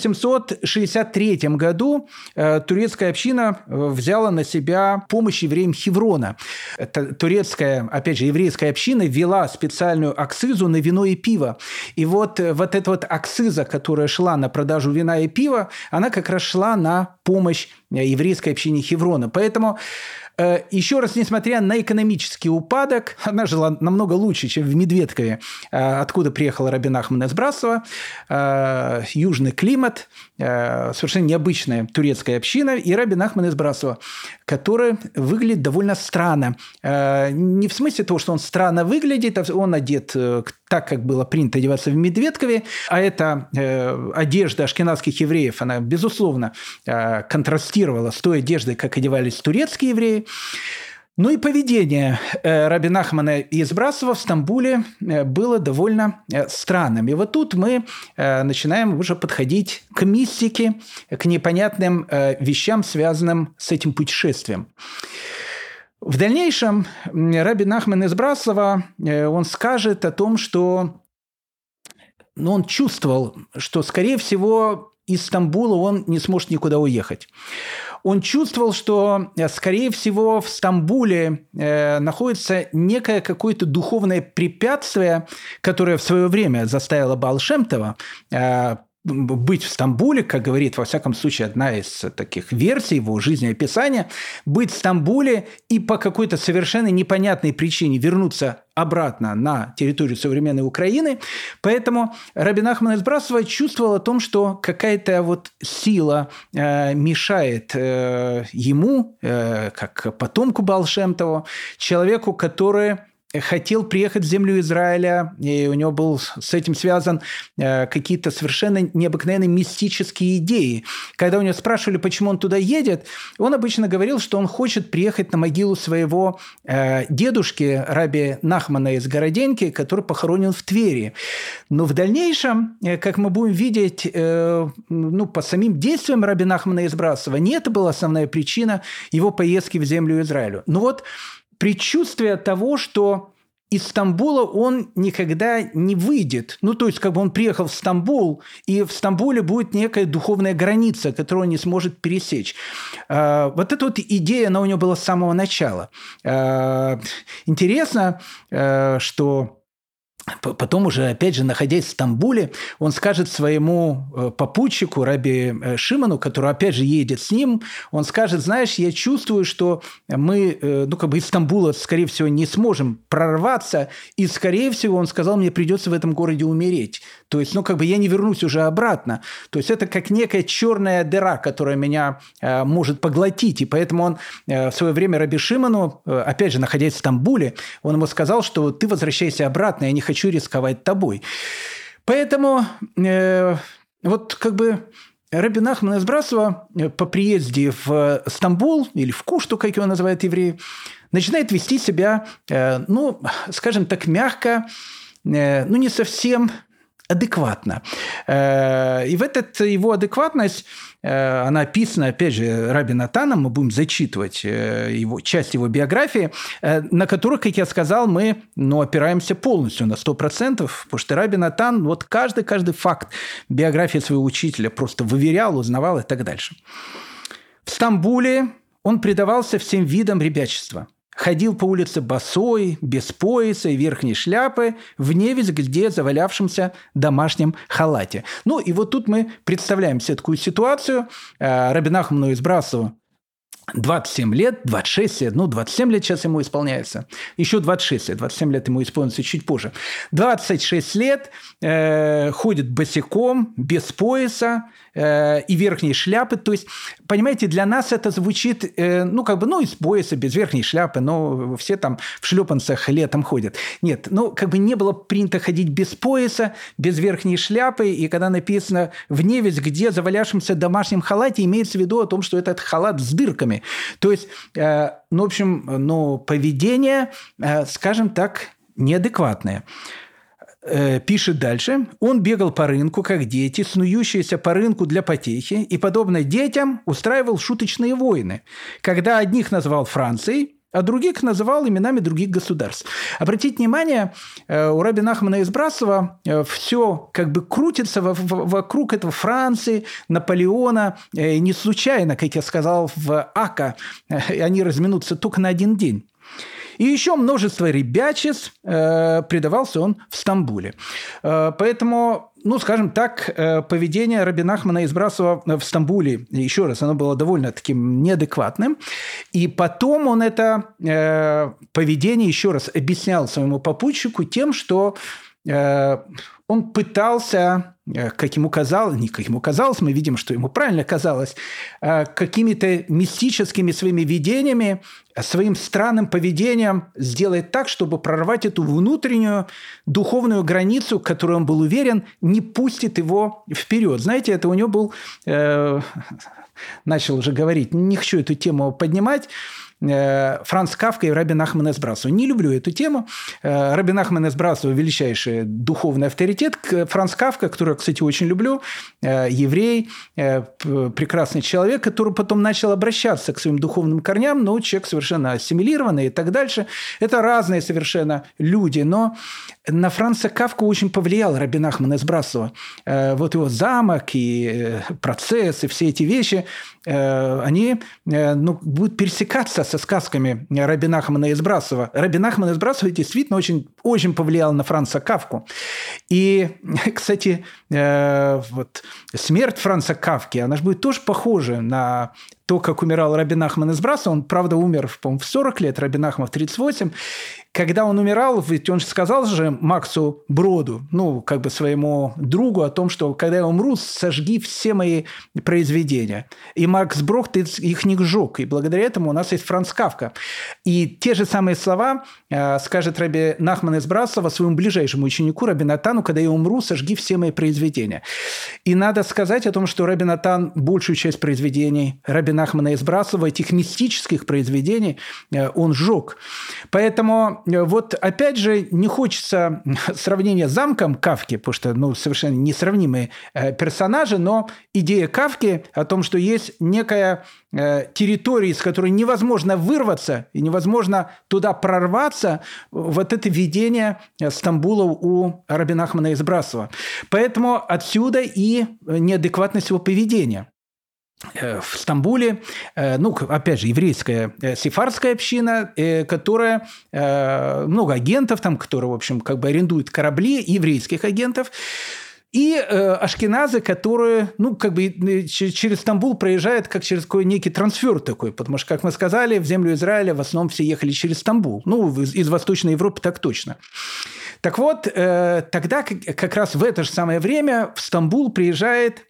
1763 году турецкая община взяла на себя помощь евреям Хеврона. Турецкая, опять же, еврейская община ввела специальную акцизу на вино и пиво. И вот эта вот акциза, которая шла на продажу вина и пива, она как раз шла на помощь еврейской общине Хеврона. Поэтому еще раз, несмотря на экономический упадок, она жила намного лучше, чем в Медведкове, откуда приехал Раби Нахман из Браслова. Южный климат, совершенно необычная турецкая община, и Раби Нахман из Браслова, который выглядит довольно странно. Не в смысле того, что он странно выглядит, а он одет так, как было принято одеваться в Медведкове, а эта одежда ашкеназских евреев, она, безусловно, контрастировала с той одеждой, как одевались турецкие евреи. Ну и поведение Раби Нахмана из Браслова в Стамбуле было довольно странным. И вот тут мы начинаем уже подходить к мистике, к непонятным вещам, связанным с этим путешествием. В дальнейшем Раби Нахман из Браслова, он скажет о том, что он чувствовал, что, скорее всего, из Стамбула он не сможет никуда уехать. Он чувствовал, что, скорее всего, в Стамбуле находится некое какое-то духовное препятствие, которое в свое время заставило Баал Шем Това быть в Стамбуле, как говорит, во всяком случае, одна из таких версий его жизнеописания, быть в Стамбуле и по какой-то совершенно непонятной причине вернуться обратно на территорию современной Украины. Поэтому Раби Нахман из Браслова чувствовал о том, что какая-то вот сила мешает ему, как потомку Баал Шем Това, человеку, который хотел приехать в землю Израиля, и у него был с этим связан какие-то совершенно необыкновенные мистические идеи. Когда у него спрашивали, почему он туда едет, он обычно говорил, что он хочет приехать на могилу своего дедушки, раби Нахмана из Городенки, который похоронен в Твери. Но в дальнейшем, как мы будем видеть, по самим действиям раби Нахмана из Браслова, не это была основная причина его поездки в землю Израиля. Но вот предчувствие того, что из Стамбула он никогда не выйдет. То есть, как бы он приехал в Стамбул, и в Стамбуле будет некая духовная граница, которую он не сможет пересечь. Вот эта вот идея, она у него была с самого начала. Интересно, что потом уже, опять же, находясь в Стамбуле, он скажет своему попутчику, раби Шимону, который, опять же, едет с ним, он скажет: знаешь, я чувствую, что мы, из Стамбула, скорее всего, не сможем прорваться, и, скорее всего, он сказал, мне придется в этом городе умереть. То есть, я не вернусь уже обратно. То есть, это как некая черная дыра, которая меня может поглотить. И поэтому он в свое время раби Шимону, опять же, находясь в Стамбуле, он ему сказал, что ты возвращайся обратно, я не хочу рисковать тобой. Поэтому раби Нахман из Браслова по приезде в Стамбул, или в Кушту, как его называют евреи, начинает вести себя, скажем так, мягко, не совсем адекватно. И в эту его адекватность, она описана, опять же, Раби Натаном, мы будем зачитывать часть его биографии, на которых, как я сказал, мы опираемся полностью на 100%, потому что Раби Натан каждый факт биографии своего учителя просто выверял, узнавал и так дальше. В Стамбуле он предавался всем видам ребячества. Ходил по улице босой, без пояса и верхней шляпы, в невезде завалявшемся домашнем халате. И вот тут мы представляем себе такую ситуацию. Раби Нахману из Браслова 27 лет, 26 лет, 27 лет сейчас ему исполняется. Еще 26 лет, 27 лет ему исполнится чуть позже. 26 лет, ходит босиком, без пояса и верхней шляпы. То есть, понимаете, для нас это звучит, из пояса, без верхней шляпы, но все там в шлепанцах летом ходят. Нет, не было принято ходить без пояса, без верхней шляпы, и когда написано «в невесть, где завалявшемся домашнем халате», имеется в виду о том, что этот халат с дырками. То есть, поведение, скажем так, неадекватное. Пишет дальше. Он бегал по рынку, как дети, снующиеся по рынку для потехи, и, подобно детям, устраивал шуточные войны. Когда одних назвал Францией, а других называл именами других государств. Обратите внимание, у Раби Нахмана из Браслова все как бы крутится вокруг этого Франции, Наполеона. Не случайно, как я сказал, в Ака они разминутся только на один день. И еще множество ребячеств предавался он в Стамбуле. Поэтому, скажем так, поведение раби Нахмана из Браслова в Стамбуле, еще раз, оно было довольно таким неадекватным. И потом он это поведение еще раз объяснял своему попутчику тем, что он пытался, как ему казалось, мы видим, что ему правильно казалось, какими-то мистическими своими видениями, своим странным поведением сделать так, чтобы прорвать эту внутреннюю духовную границу, которую он был уверен, не пустит его вперед. Знаете, это у него был... начал уже говорить, не хочу эту тему поднимать, Франц Кафка и раби Нахман из Браслова. Не люблю эту тему. Раби Нахман из Браслова – величайший духовный авторитет. Франц Кафка, которого, кстати, очень люблю, еврей, прекрасный человек, который потом начал обращаться к своим духовным корням, но человек совершенно ассимилированный и так дальше. Это разные совершенно люди, но на Франца Кафку очень повлиял раби Нахман из Браслова. Вот его замок и процесс, и все эти вещи, они будут пересекаться со сказками раби Нахмана из Браслова. Раби Нахман из Браслова действительно очень, очень повлиял на Франца Кафку. И, кстати, вот смерть Франца Кафки, она же будет тоже похожа на то, как умирал раби Нахман из Браслова. Он, правда, умер, по-моему, в 40 лет, раби Нахман в 38. Когда он умирал, ведь он же сказал же Максу Броду, своему другу о том, что когда я умру, сожги все мои произведения. И Макс Брод их не сжег. И благодаря этому у нас есть Франц Кафка. И те же самые слова скажет раби Нахман из Браслова своему ближайшему ученику раби Натану: когда я умру, сожги все мои произведения. И надо сказать о том, что раби Натан большую часть произведений раби Нахмана из Браслова, этих мистических произведений, он сжег. Поэтому вот опять же не хочется сравнения с замком Кафки, потому что совершенно несравнимые персонажи, но идея Кафки о том, что есть некая территория, из которой невозможно вырваться и невозможно туда прорваться, вот это видение Стамбула у раби Нахмана из Браслова. Поэтому отсюда и неадекватность его поведения. В Стамбуле, опять же, еврейская сефардская община, которая много агентов там, которые, в общем, арендуют корабли, еврейских агентов, и ашкеназы, которые, через Стамбул проезжают как через какой-то некий трансфер такой, потому что, как мы сказали, в землю Израиля в основном все ехали через Стамбул. Из Восточной Европы так точно. Так вот, тогда как раз в это же самое время в Стамбул приезжают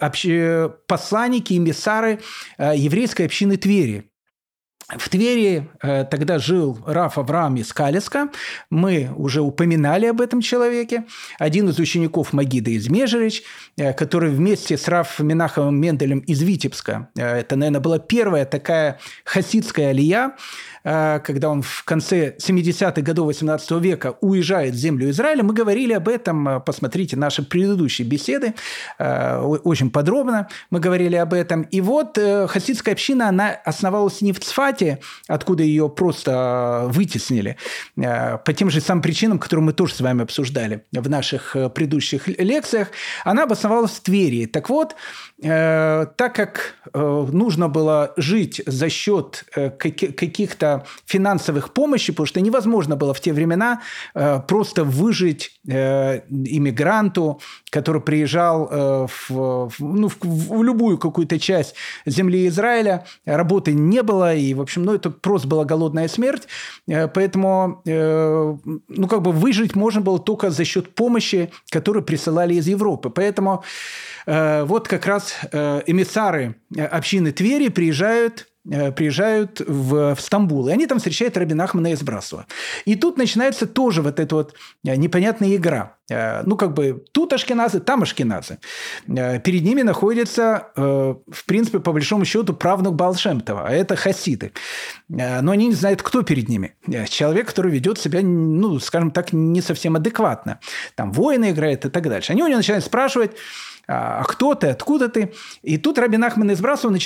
посланники, эмиссары еврейской общины Твери. В Твери тогда жил рав Авраам из Калеска. Мы уже упоминали об этом человеке. Один из учеников Магида из Межерич, который вместе с рав Менахемом Менделем из Витебска, это, наверное, была первая такая хасидская алия, когда он в конце 70-х годов XVIII века уезжает в землю Израиля. Мы говорили об этом, посмотрите наши предыдущие беседы, очень подробно мы говорили об этом. И вот хасидская община, она основалась не в Цфате, откуда ее просто вытеснили, по тем же самым причинам, которые мы тоже с вами обсуждали в наших предыдущих лекциях. Она обосновалась в Твери. Так вот, так как нужно было жить за счет каких-то финансовых помощи, потому что невозможно было в те времена просто выжить иммигранту, который приезжал в любую какую-то часть земли Израиля. Работы не было, и, в общем, это просто была голодная смерть. Поэтому выжить можно было только за счет помощи, которую присылали из Европы. Поэтому вот как раз эмиссары общины Твери приезжают в Стамбул, и они там встречают раби Нахмана из Браслова. И тут начинается тоже вот эта вот непонятная игра. Тут ашкеназы, там ашкеназы. Перед ними находится, в принципе, по большому счету, правнук Баал Шем Това, а это хасиды. Но они не знают, кто перед ними. Человек, который ведет себя, скажем так, не совсем адекватно. Там воины играют и так дальше. Они у него начинают спрашивать: а кто ты, откуда ты? И тут раби Нахман из Браслова начинает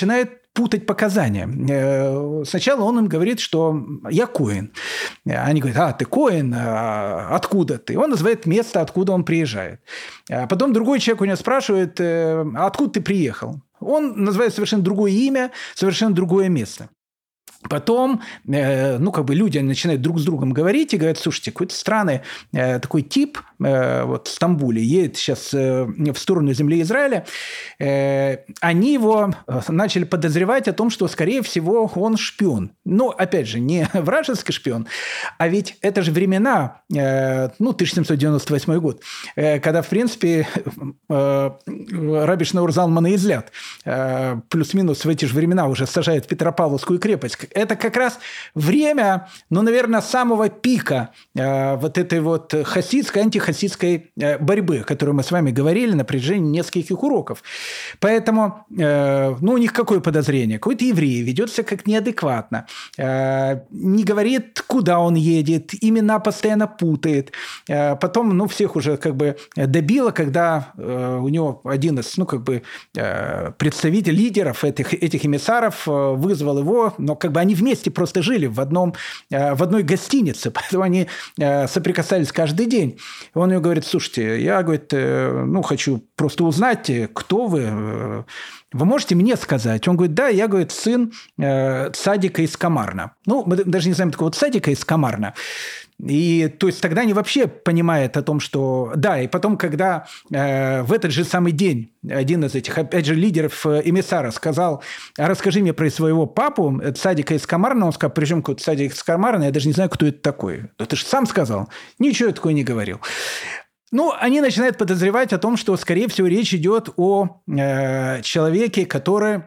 путать показания. Сначала он им говорит, что я Коэн. Они говорят, ты Коэн, откуда ты? Он называет место, откуда он приезжает. Потом другой человек у него спрашивает, откуда ты приехал? Он называет совершенно другое имя, совершенно другое место. Потом, люди начинают друг с другом говорить и говорят, слушайте, какой-то странный такой тип в Стамбуле едет сейчас в сторону земли Израиля. Они его начали подозревать о том, что, скорее всего, он шпион. Но, опять же, не вражеский шпион, а ведь это же времена, 1798 год, когда, в принципе, Раби Шнаур Залман Излят плюс-минус в эти же времена уже сажает Петропавловскую крепость. Это как раз время, наверное, самого пика вот этой вот хасидской, антихасидской борьбы, о которой мы с вами говорили на протяжении нескольких уроков. Поэтому, у них какое подозрение? Какой-то еврей ведет себя как неадекватно, не говорит, куда он едет, имена постоянно путает. Потом, всех уже как бы добило, когда у него один из, представителей, лидеров этих эмиссаров вызвал его, но как бы они вместе просто жили в одной гостинице, поэтому они соприкасались каждый день. И он ему говорит, слушайте, я, говорит, хочу просто узнать, кто вы. Вы можете мне сказать? Он говорит, да, я, говорит, сын цадика из Камарна. Мы даже не знаем такого цадика из Камарна. И то есть тогда они вообще понимают о том, что... Да, и потом, когда в этот же самый день один из этих, опять же, лидеров эмиссара сказал, расскажи мне про своего папу, цадика из Камарна, он сказал, причем какой-то цадик из Камарна, я даже не знаю, кто это такой. Да ты же сам сказал. Ничего такого не говорил. Они начинают подозревать о том, что, скорее всего, речь идет о человеке, которого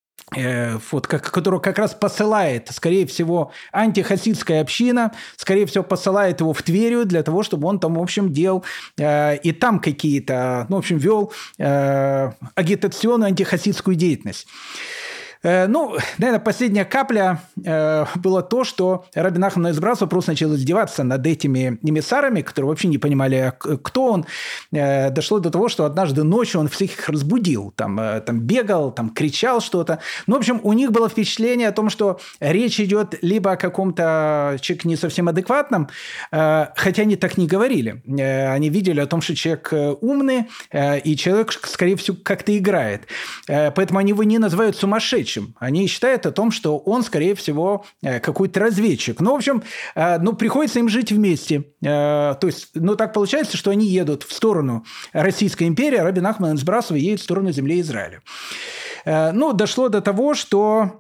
как раз посылает, скорее всего, антихасидская община, скорее всего, посылает его в Тверию для того, чтобы он там, в общем, делал и там какие-то, вел агитационную антихасидскую деятельность. Наверное, последняя капля было то, что Раби Нахман из Братства просто начал издеваться над этими эмиссарами, которые вообще не понимали, кто он. Дошло до того, что однажды ночью он всех их разбудил. Там бегал, кричал что-то. В общем, у них было впечатление о том, что речь идет либо о каком-то человеке не совсем адекватном, хотя они так не говорили. Они видели о том, что человек умный, и человек, скорее всего, как-то играет. Поэтому они его не называют сумасшедшим. Они считают о том, что он, скорее всего, какой-то разведчик. В общем, приходится им жить вместе. То есть, так получается, что они едут в сторону Российской империи, а Раби Нахман из Братства едет в сторону земли Израиля. Дошло до того, что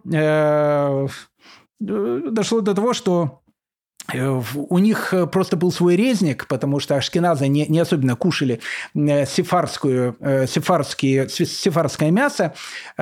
у них просто был свой резник, потому что ашкеназы не особенно кушали сефардское мясо.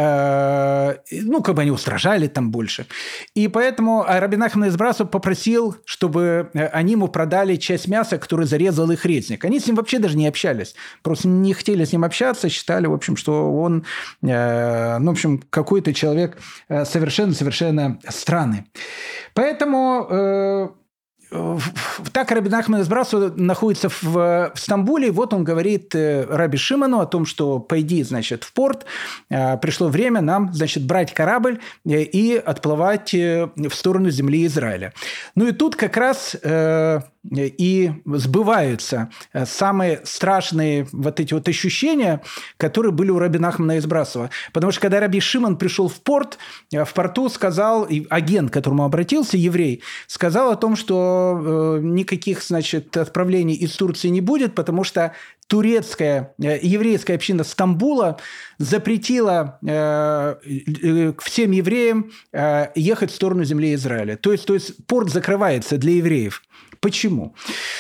Они устражали там больше. И поэтому Раби Нахман из Братства попросил, чтобы они ему продали часть мяса, которую зарезал их резник. Они с ним вообще даже не общались. Просто не хотели с ним общаться, считали, в общем, что он, какой-то человек совершенно странный. Поэтому... Так Раби Нахман из Братства находится в Стамбуле, и вот он говорит Раби Шимону о том, что пойди, в порт, пришло время нам, брать корабль и отплывать в сторону земли Израиля. И тут как раз и сбываются самые страшные эти ощущения, которые были у Раби Нахмана из Братства. Потому что когда Раби Шимон пришел в порт, в порту сказал, агент, к которому обратился, еврей, сказал о том, что никаких, отправлений из Турции не будет, потому что турецкая, еврейская община Стамбула запретила всем евреям ехать в сторону земли Израиля. То есть порт закрывается для евреев. Почему?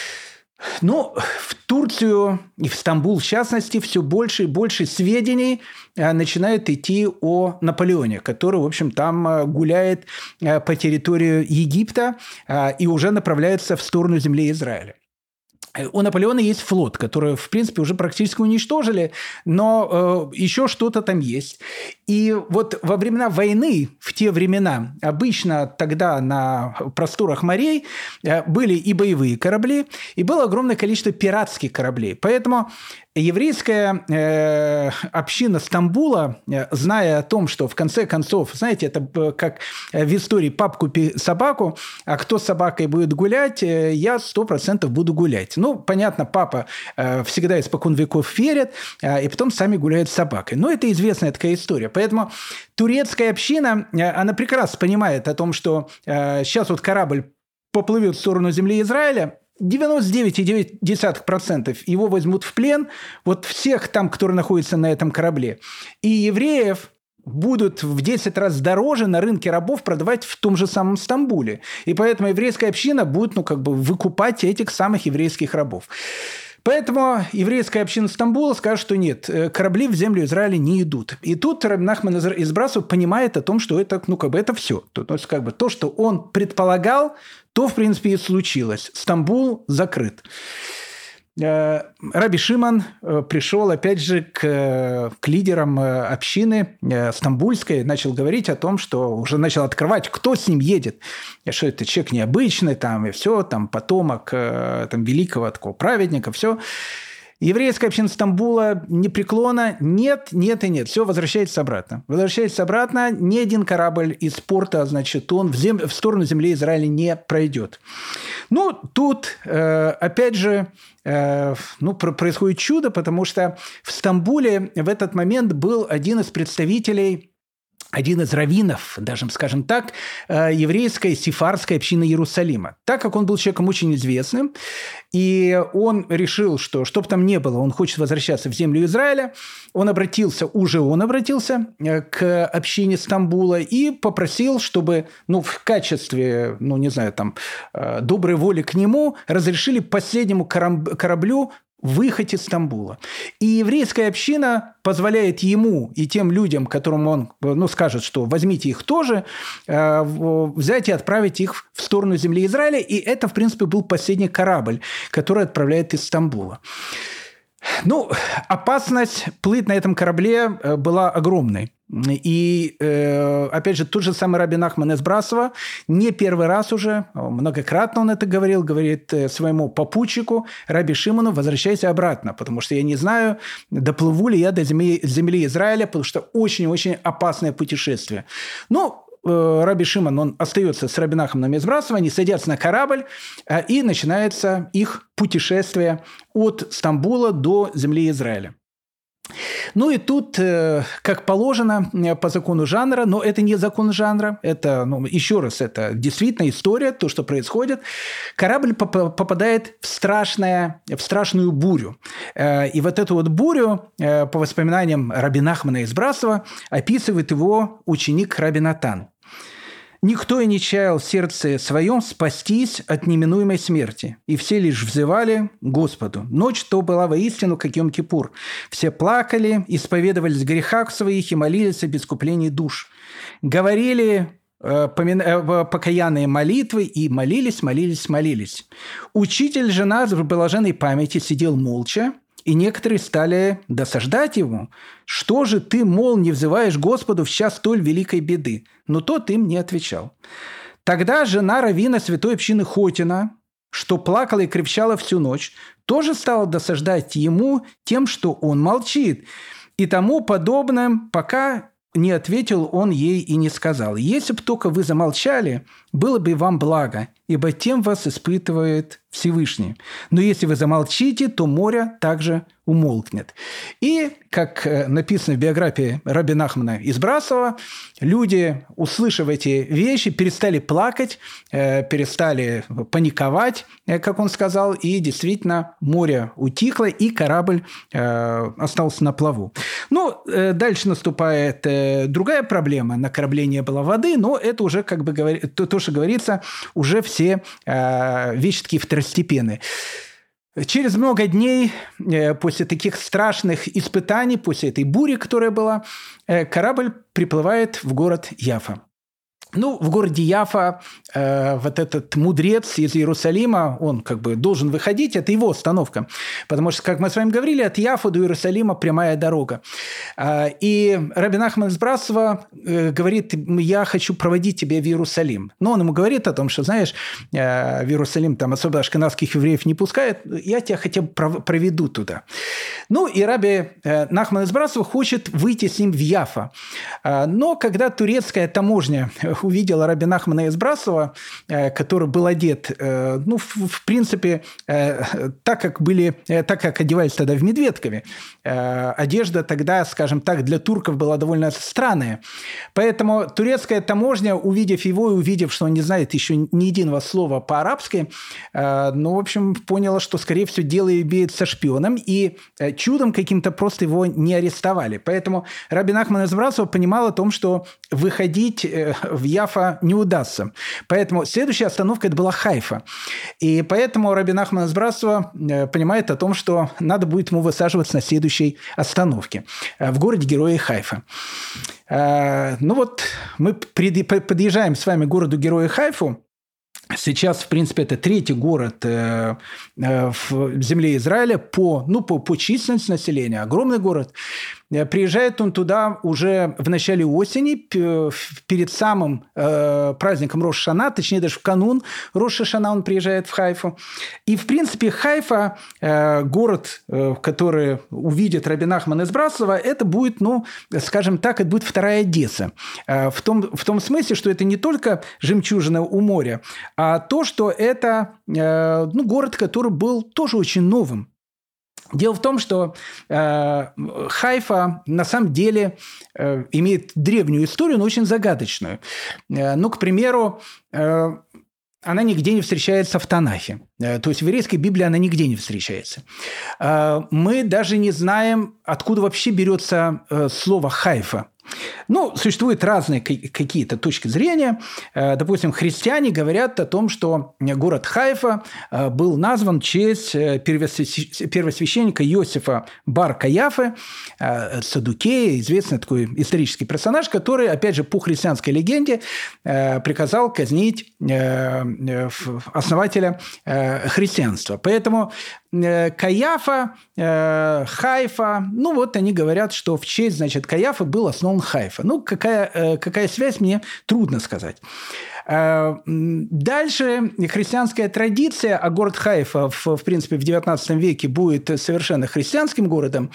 В Турцию и в Стамбул, в частности, все больше и больше сведений начинает идти о Наполеоне, который, в общем, там гуляет по территории Египта и уже направляется в сторону земли Израиля. у Наполеона есть флот, который, в принципе, уже практически уничтожили, но еще что-то там есть. И вот во времена войны, в те времена, обычно тогда на просторах морей были и боевые корабли, и было огромное количество пиратских кораблей. Поэтому еврейская община Стамбула, зная о том, что в конце концов, знаете, это как в истории «пап, купи собаку», а кто с собакой будет гулять, я 100% буду гулять. Ну, понятно, папа всегда испокон веков верит, и потом сами гуляют с собакой. Но это известная такая история. Поэтому турецкая община, она прекрасно понимает о том, что сейчас вот корабль поплывет в сторону земли Израиля, 99,9% его возьмут в плен, вот всех там, которые находятся на этом корабле. И евреев будут в 10 раз дороже на рынке рабов продавать в том же самом Стамбуле. И поэтому еврейская община будет выкупать этих самых еврейских рабов. Поэтому еврейская община Стамбула скажет, что нет, корабли в землю Израиля не идут. И тут Раби Нахман из Браслова понимает о том, что это, это все. То есть, то, что он предполагал, то, в принципе, и случилось. Стамбул закрыт. Раби Шимон пришел, опять же, к лидерам общины стамбульской, начал говорить о том, что уже начал открывать, кто с ним едет, что это человек необычный, там, и все, там, потомок там, великого такого праведника, все. Еврейская община Стамбула непреклонна. Нет, нет и нет. Все возвращается обратно. Возвращается обратно. Ни один корабль из порта, значит, он в сторону земли Израиля не пройдет. Ну, тут, опять же, происходит чудо, потому что в Стамбуле в этот момент был один из представителей, один из раввинов, даже, скажем так, еврейской сефардской общины Иерусалима. Так как он был человеком очень известным, и он решил, что бы там ни было, он хочет возвращаться в землю Израиля, он обратился к общине Стамбула и попросил, чтобы в качестве, доброй воли к нему разрешили последнему кораблю выехать из Стамбула. И еврейская община позволяет ему и тем людям, которым он скажет, что возьмите их тоже, взять и отправить их в сторону земли Израиля. И это, в принципе, был последний корабль, который отправляет из Стамбула. Опасность плыть на этом корабле была огромной. И, опять же, тот же самый Раби Нахман из Браслова не первый раз уже, многократно он это говорит своему попутчику Раби Шимону: возвращайся обратно, потому что я не знаю, доплыву ли я до земли Израиля, потому что очень-очень опасное путешествие. Раби Шимон, он остается с Раби Нахманом из Браслова, они садятся на корабль, и начинается их путешествие от Стамбула до земли Израиля. И тут, как положено по закону жанра, но это не закон жанра, это, еще раз, это действительно история, то, что происходит. Корабль попадает в страшную бурю. И вот эту вот бурю, по воспоминаниям Раби Нахмана из Браслова, описывает его ученик Раби Натан. «Никто и не чаял в сердце своем спастись от неминуемой смерти, и все лишь взывали Господу. Ночь то была воистину, как Йом-Кипур. Все плакали, исповедовались в грехах своих и молились об искуплении душ. Говорили покаянные молитвы и молились. Учитель же нас в блаженной памяти сидел молча, и некоторые стали досаждать ему. Что же ты, мол, не взываешь Господу в час столь великой беды? Но тот им не отвечал. Тогда жена раввина святой общины Хотина, что плакала и кричала всю ночь, тоже стала досаждать ему тем, что он молчит. И тому подобным, пока не ответил он ей и не сказал: «Если бы только вы замолчали, было бы вам благо, ибо тем вас испытывает Всевышний. Но если вы замолчите, то море также умолкнет». И, как написано в биографии Раби Нахмана из Браслова, люди, услышав эти вещи, перестали плакать, перестали паниковать, как он сказал, и действительно море утихло, и корабль остался на плаву. Дальше наступает другая проблема. На корабле не было воды, но это уже, то, что говорится, уже все вещи такие второстепенные. Через много дней после таких страшных испытаний, после этой бури, которая была, корабль приплывает в город Яффа. Ну, в городе Яфа вот этот мудрец из Иерусалима, он как бы должен выходить, это его остановка. Потому что, как мы с вами говорили, от Яфа до Иерусалима прямая дорога. И Рабби Нахман из Браслова говорит: я хочу проводить тебя в Иерусалим. Но он ему говорит о том, что, знаешь, в Иерусалим там особо ашкеназских евреев не пускают, я тебя хотя бы проведу туда. Ну, и Рабби Нахман из Браслова хочет выйти с ним в Яфа. Но когда турецкая таможня увидела Рабби Нахмана из Браслова, который был одет, ну, в принципе, так как одевались тогда в Медведкове. Одежда тогда, скажем так, для турков была довольно странная. Поэтому турецкая таможня, увидев его и увидев, что он не знает еще ни единого слова по-арабски, ну, в общем, поняла, что, скорее всего, дело имеет со шпионом, и чудом каким-то просто его не арестовали. Поэтому Рабби Нахман из Браслова понимал о том, что выходить в Яфа не удастся. Поэтому следующая остановка – это была Хайфа. И поэтому Рабби Нахман из Браслова понимает о том, что надо будет ему высаживаться на следующей остановке в городе-герое Хайфа. Ну вот мы подъезжаем с вами к городу-герою Хайфу. Сейчас, в принципе, это третий город в земле Израиля по численности населения. Огромный город. Приезжает он туда уже в начале осени, перед самым праздником Рош-ха-Шана, точнее, даже в канун Рош-ха-Шана он приезжает в Хайфу. И, в принципе, Хайфа, город, который увидит Рабби Нахман из Браслова, это будет, ну, скажем так, это будет вторая Одесса. В том смысле, что это не только жемчужина у моря, а то, что это город, который был тоже очень новым. Дело в том, что Хайфа на самом деле имеет древнюю историю, но очень загадочную. Ну, к примеру, она нигде не встречается в Танахе. То есть в еврейской Библии она нигде не встречается. Мы даже не знаем, откуда вообще берется слово «Хайфа». Ну, существуют разные какие-то точки зрения. Допустим, христиане говорят о том, что город Хайфа был назван в честь первосвященника Иосифа бар Каяфы, Саддукея, известный такой исторический персонаж, который, опять же, по христианской легенде приказал казнить основателя христианства. Поэтому Каяфа, Хайфа, ну вот они говорят, что в честь, значит, Каяфы был основан Хайфа. Ну, какая связь, мне трудно сказать. Дальше христианская традиция, а город Хайфа, в принципе, в XIX веке будет совершенно христианским городом.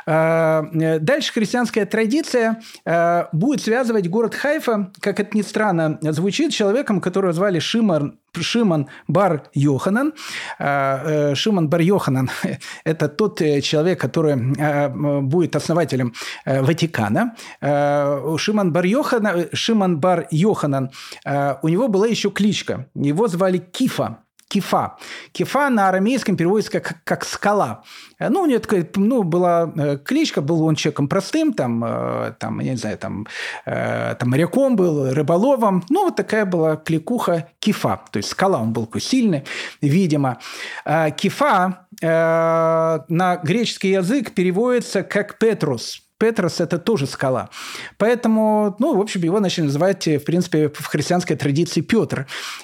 Дальше христианская традиция будет связывать город Хайфа, как это ни странно звучит, человеком, которого звали Шимон бар Йоханан. Шимон бар Йоханан – это тот человек, который будет основателем Ватикана. Шимон бар Йоханан, у него была еще кличка. Его звали Кифа. Кифа на арамейском переводится как «скала». Ну, у него такая, была кличка, был он человеком простым, я не знаю, моряком был, рыболовом. Ну, вот такая была кликуха Кифа. То есть скала, он был такой сильный, видимо. Кифа на греческий язык переводится как Петрос. Петрос – это тоже скала. Поэтому, в общем, его начали называть, в принципе, в христианской традиции Петр.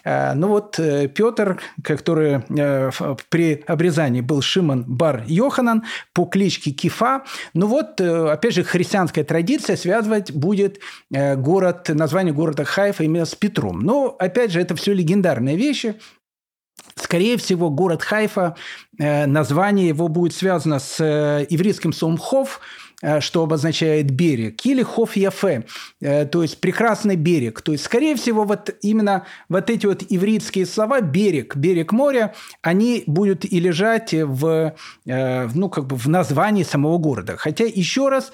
Петр, который при обрезании был Шимон бар Йоханан по кличке Кифа. Опять же, христианская традиция связывать будет название города Хайфа именно с Петром. Но, опять же, это все легендарные вещи. Скорее всего, город Хайфа, название его будет связано с еврейским словом «хов», что обозначает берег, или «хов яфе», то есть прекрасный берег. То есть, скорее всего, именно эти ивритские слова берег моря, они будут и лежать в названии самого города. Хотя, еще раз,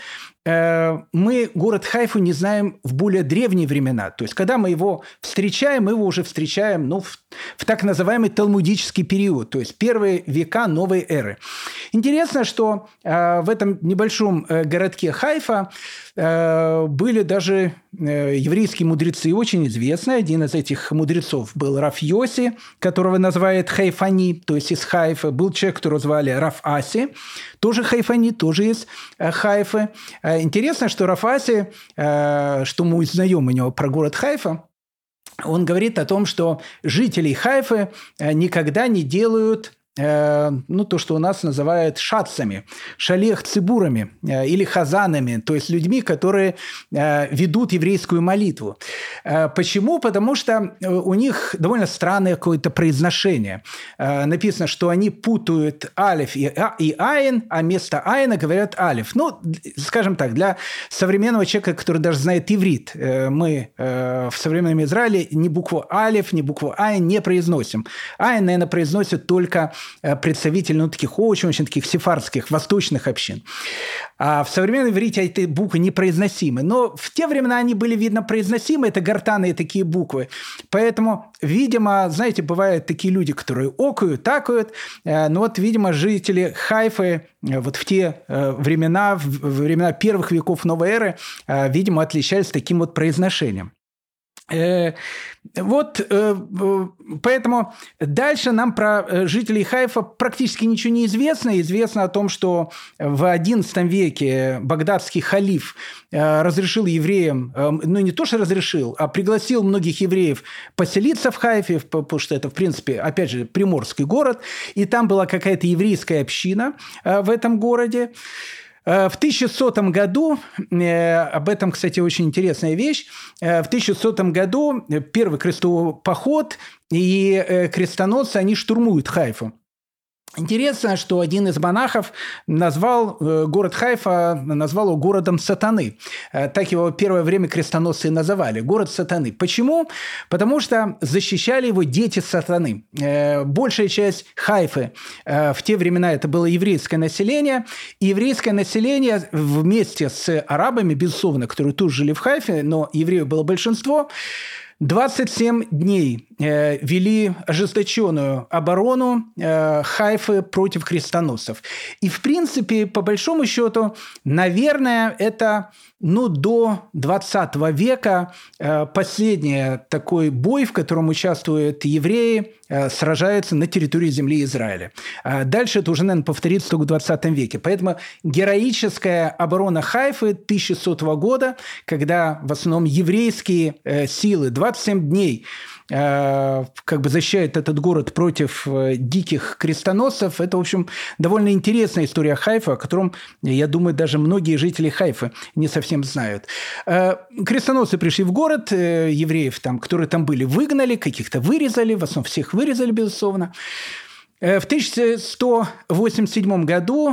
мы город Хайфу не знаем в более древние времена. То есть, когда мы его встречаем, мы его уже встречаем в так называемый талмудический период, то есть первые века новой эры. Интересно, что в этом небольшом городке Хайфа были даже еврейские мудрецы, очень известные. Один из этих мудрецов был Рав Йоси, которого называют Хайфани, то есть из Хайфа. Был человек, которого звали Рав Аси, тоже Хайфани, тоже из Хайфы. Интересно, что Рав Аси, что мы узнаем у него про город Хайфа, он говорит о том, что жители Хайфы никогда не делают то, что у нас называют шатцами, шалех-цибурами или хазанами, то есть людьми, которые ведут еврейскую молитву. Почему? Потому что у них довольно странное какое-то произношение. Написано, что они путают алиф и айн, а вместо айна говорят алиф. Скажем так, для современного человека, который даже знает иврит, мы в современном Израиле ни букву алиф, ни букву айн не произносим. Айн, наверное, произносят только представители таких очень таких сефардских, восточных общин. А в современном иврите эти буквы непроизносимы. Но в те времена они были, видно, произносимы. Это гортанные такие буквы. Поэтому, видимо, знаете, бывают такие люди, которые окают, такают. Видимо, жители Хайфы в те времена, времена первых веков новой эры, видимо, отличались таким произношением. Поэтому дальше нам про жителей Хайфа практически ничего не известно. Известно о том, что в XI веке багдадский халиф разрешил евреям, не то что разрешил, а пригласил многих евреев поселиться в Хайфе, потому что это, в принципе, опять же, приморский город, и там была какая-то еврейская община в этом городе. В 1100 году, об этом, кстати, очень интересная вещь, в 1100 году первый крестовый поход и крестоносцы, они штурмуют Хайфу. Интересно, что один из монахов назвал город Хайфа, назвал его городом сатаны. Так его первое время крестоносцы называли. Город сатаны. Почему? Потому что защищали его дети сатаны. Большая часть Хайфы в те времена это было еврейское население. И еврейское население вместе с арабами, безусловно, которые тоже жили в Хайфе, но евреев было большинство, 27 дней вели ожесточенную оборону Хайфы против крестоносцев. И, в принципе, по большому счету, наверное, это до 20 века последний такой бой, в котором участвуют евреи, сражаются на территории земли Израиля. Дальше это уже, наверное, повторится только в 20 веке. Поэтому героическая оборона Хайфы 1100 года, когда в основном еврейские силы 27 дней защищает этот город против диких крестоносцев. Это, в общем, довольно интересная история Хайфа, о котором, я думаю, даже многие жители Хайфы не совсем знают. Крестоносцы пришли в город, евреев, которые там были, выгнали, каких-то вырезали, в основном всех вырезали, безусловно. В 1187 году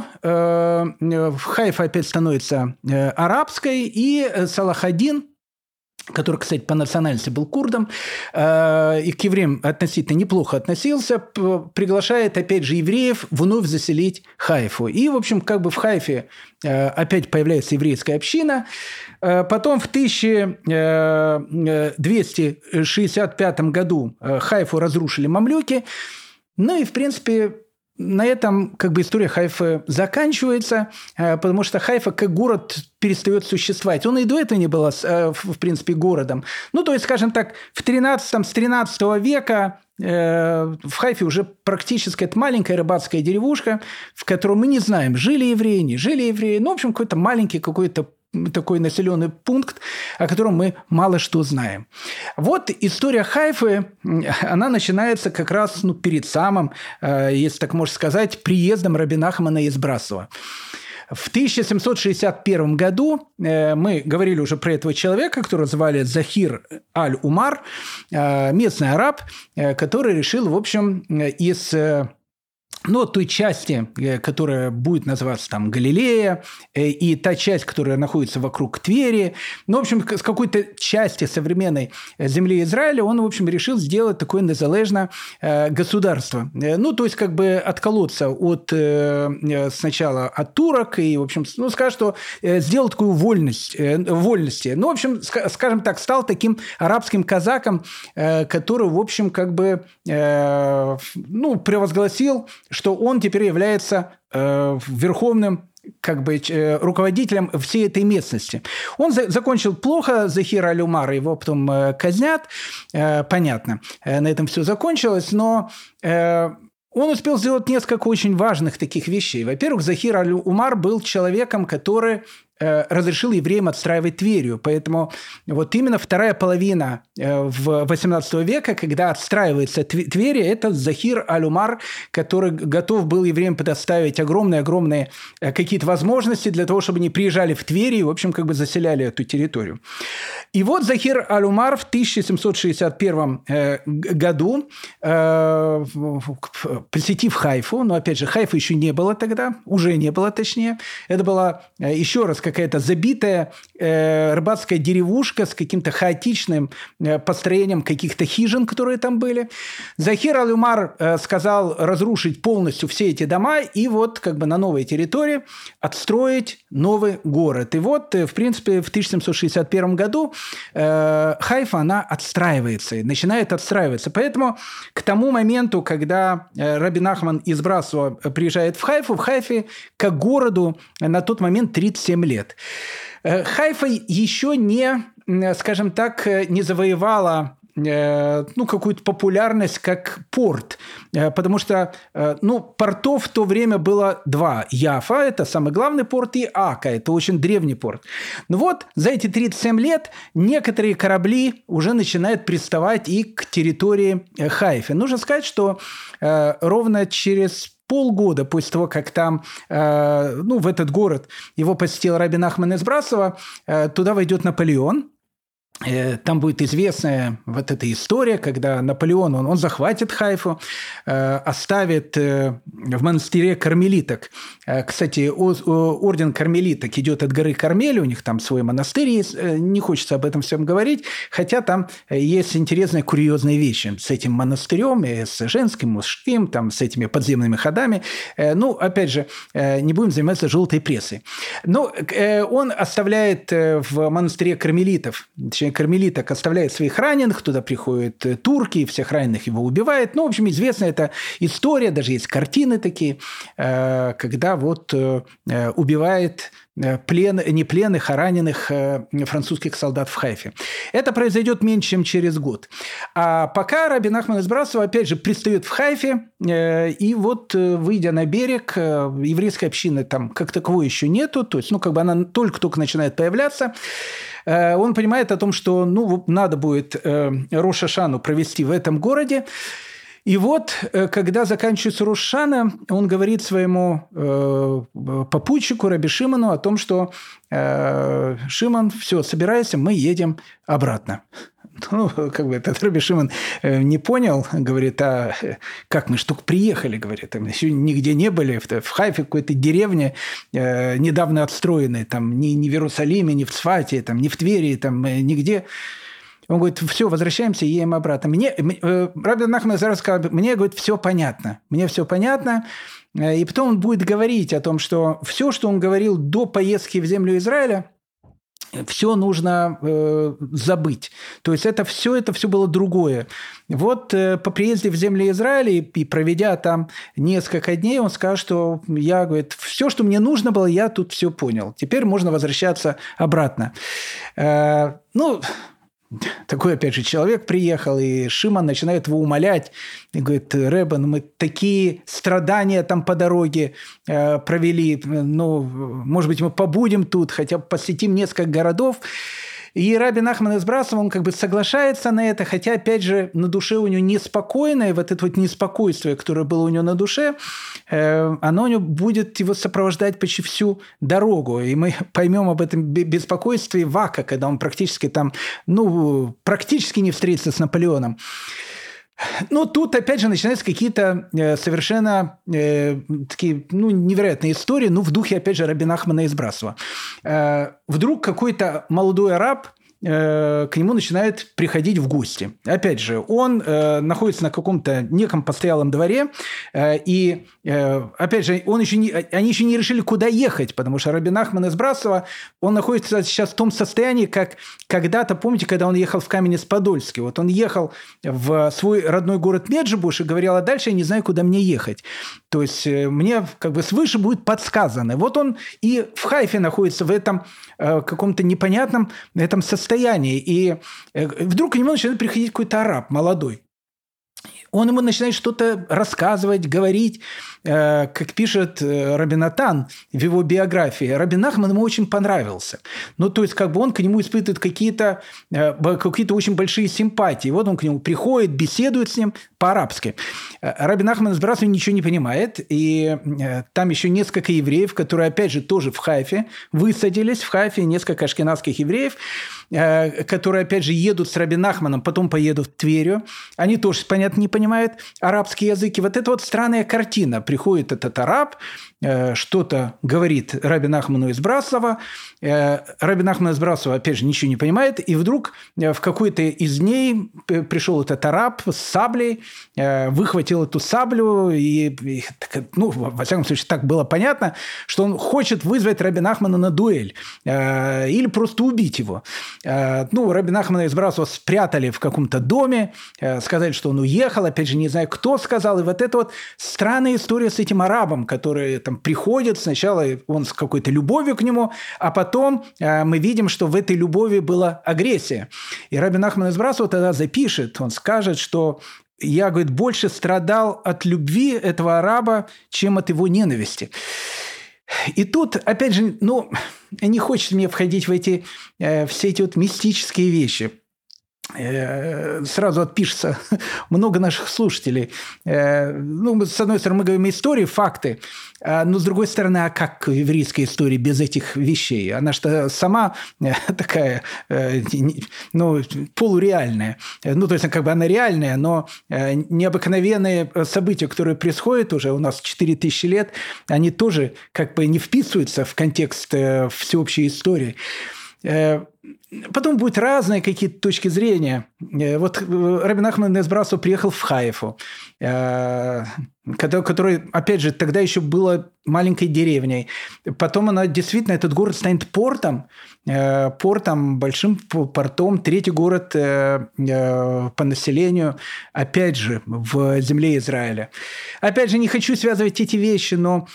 Хайфа опять становится арабской, и Салах ад-Дин, который, кстати, по национальности был курдом, и к евреям относительно неплохо относился, приглашает, опять же, евреев вновь заселить Хайфу. И, в общем, в Хайфе опять появляется еврейская община. Потом в 1265 году Хайфу разрушили мамлюки. И, в принципе, на этом история Хайфы заканчивается, потому что Хайфа как город перестает существовать. Он и до этого не был, в принципе, городом. То есть, скажем так, с 13 века в Хайфе уже практически это маленькая рыбацкая деревушка, в которой мы не знаем, жили евреи, не жили евреи. В общем, какой-то маленький, какой-то такой населенный пункт, о котором мы мало что знаем. История Хайфы, она начинается как раз перед самым, если так можно сказать, приездом Раби Нахмана из Браслова. В 1761 году мы говорили уже про этого человека, которого звали Захир аль-Умар, местный араб, который решил, в общем, из той части, которая будет называться Галилея, и та часть, которая находится вокруг Твери, в общем, с какой-то части современной земли Израиля он, в общем, решил сделать такое незалежное государство. То есть, отколоться сначала от турок и, в общем, скажем, что сделал такую вольности. В общем, скажем так, стал таким арабским казаком, который, в общем, провозгласил, что он теперь является верховным руководителем всей этой местности. Он закончил плохо, Захир аль-Умар, его потом казнят, понятно, на этом все закончилось, но он успел сделать несколько очень важных таких вещей. Во-первых, Захир аль-Умар был человеком, который разрешил евреям отстраивать Тверью. Поэтому вот именно вторая половина XVIII века, когда отстраивается Тверь, это Захир аль-Умар, который готов был евреям предоставить огромные-огромные какие-то возможности для того, чтобы они приезжали в Тверь и, в общем, как бы заселяли эту территорию. И вот Захир аль-Умар в 1761 году, посетив Хайфу, но, опять же, Хайфа еще не было тогда, уже не было, точнее, это была, еще раз, какая-то забитая рыбацкая деревушка с каким-то хаотичным построением каких-то хижин, которые там были. Захир аль-Умар сказал разрушить полностью все эти дома и вот как бы на новой территории отстроить новый город. И вот, в принципе, в 1761 году Хайфа, она отстраивается, начинает отстраиваться. Поэтому к тому моменту, когда Раби Нахман из Браслова приезжает в Хайфе как городу на тот момент 37 лет. Хайфа еще не, скажем так, не завоевала какую-то популярность как порт, потому что портов в то время было два. Яфа – это самый главный порт, и Ака – это очень древний порт. Но вот за эти 37 лет некоторые корабли уже начинают приставать и к территории Хайфы. Нужно сказать, что ровно через полгода после того, как там, в этот город его посетил Раби Нахман из Браслова, туда войдет Наполеон. Там будет известная вот эта история, когда Наполеон, он захватит Хайфу, оставит в монастыре кармелиток. Кстати, орден кармелиток идет от горы Кармель, у них там свой монастырь есть, не хочется об этом всем говорить, хотя там есть интересные курьезные вещи с этим монастырем, и с женским, мужским, там, с этими подземными ходами. Опять же, не будем заниматься желтой прессой. Но он оставляет в монастыре кармелитов, кармелиток оставляет своих раненых, туда приходят турки, и всех раненых его убивают. В общем, известна эта история, даже есть картины такие, когда вот убивает не пленных, а раненых французских солдат в Хайфе. Это произойдет меньше, чем через год. А пока Раби Нахман из Браслова, опять же, пристает в Хайфе, и вот, выйдя на берег, еврейской общины там как таковой еще нету, то есть, она только-только начинает появляться. Он понимает о том, что надо будет Рош ха-Шану провести в этом городе. И вот, когда заканчивается Рош ха-Шана, он говорит своему попутчику Раби Шимону о том, что «Шимон, все, собирайся, мы едем обратно». Этот Раби Шимон не понял, говорит, а как мы ж только приехали, говорит, там еще нигде не были, в Хайфе какой-то деревне, недавно отстроенной, там ни в Иерусалиме, ни в Цфате, там, ни в Твери, там нигде. Он говорит, все, возвращаемся и едем обратно. Раби Нахман сказал, мне, говорит, все понятно. Мне все понятно. И потом он будет говорить о том, что все, что он говорил до поездки в землю Израиля, все нужно забыть. То есть это все было другое. Вот по приезде в землю Израиля и проведя там несколько дней, он сказал, что говорит, все, что мне нужно было, я тут все понял. Теперь можно возвращаться обратно. Такой, опять же, человек приехал, и Шимон начинает его умолять. И говорит, Ребе, мы такие страдания там по дороге провели. Может быть, мы побудем тут, хотя бы посетим несколько городов. И Раби Нахман из Браслова, он соглашается на это, хотя, опять же, на душе у него неспокойно, и вот это вот неспокойствие, которое было у него на душе, оно у него будет его сопровождать почти всю дорогу. И мы поймем об этом беспокойстве Вака, когда он практически там, практически не встретится с Наполеоном. Тут, опять же, начинаются какие-то совершенно такие, невероятные истории, в духе, опять же, Раби Нахмана из Браслова. Вдруг какой-то молодой араб к нему начинает приходить в гости. Опять же, он находится на каком-то неком постоялом дворе, и, опять же, они еще не решили, куда ехать, потому что Раби Нахман из Браслова, он находится сейчас в том состоянии, как когда-то, помните, когда он ехал в Каменец-Подольский, вот он ехал в свой родной город Меджибуш и говорил, а дальше я не знаю, куда мне ехать. То есть мне свыше будет подсказано. Вот он и в Хайфе находится в этом каком-то непонятном состоянии. И вдруг к нему начинает приходить какой-то араб молодой. Он ему начинает что-то рассказывать, говорить, как пишет Раби Натан в его биографии. Раби Нахман ему очень понравился. Ну, то есть, как бы он к нему испытывает какие-то очень большие симпатии. Вот он к нему приходит, беседует с ним по-арабски. Раби Нахман из Браслова ничего не понимает. И там еще несколько евреев, которые, опять же, тоже в Хайфе высадились. В Хайфе несколько ашкеназских евреев, которые, опять же, едут с Раби Нахманом, потом поедут в Тверью. Они тоже, понятно, не понимают арабский язык. И вот это вот странная картина. Приходит этот араб, что-то говорит Раби Нахману из Браслова. Раби Нахман из Браслова, опять же, ничего не понимает. И вдруг в какой-то из дней пришел этот араб с саблей, выхватил эту саблю. И ну, во всяком случае, так было понятно, что он хочет вызвать Раби Нахмана на дуэль или просто убить его. Ну, Раби Нахмана из Браслова спрятали в каком-то доме, сказали, что он уехал. Опять же, не знаю, кто сказал. И вот это вот странная история с этим арабом, который там приходит. Сначала он с какой-то любовью к нему, а потом мы видим, что в этой любови была агрессия. И Раби Нахман из Браслова тогда запишет, он скажет, что я, говорит, больше страдал от любви этого араба, чем от его ненависти. И тут, опять же, ну, не хочется мне входить в все эти вот мистические вещи. Сразу отпишется много наших слушателей. Ну, с одной стороны, мы говорим истории, факты, но с другой стороны, а как еврейская история без этих вещей? Она что сама такая, ну, полуреальная. Ну, то есть, как бы она реальная, но необыкновенные события, которые происходят уже у нас 4000 лет, они тоже как бы не вписываются в контекст всеобщей истории. Потом будут разные какие-то точки зрения. Вот Раби Нахман из Браслова приехал в Хайфу, который, опять же, тогда еще была маленькой деревней. Потом она действительно, этот город станет портом, большим портом, третий город по населению, опять же, в земле Израиля. Опять же, не хочу связывать эти вещи, но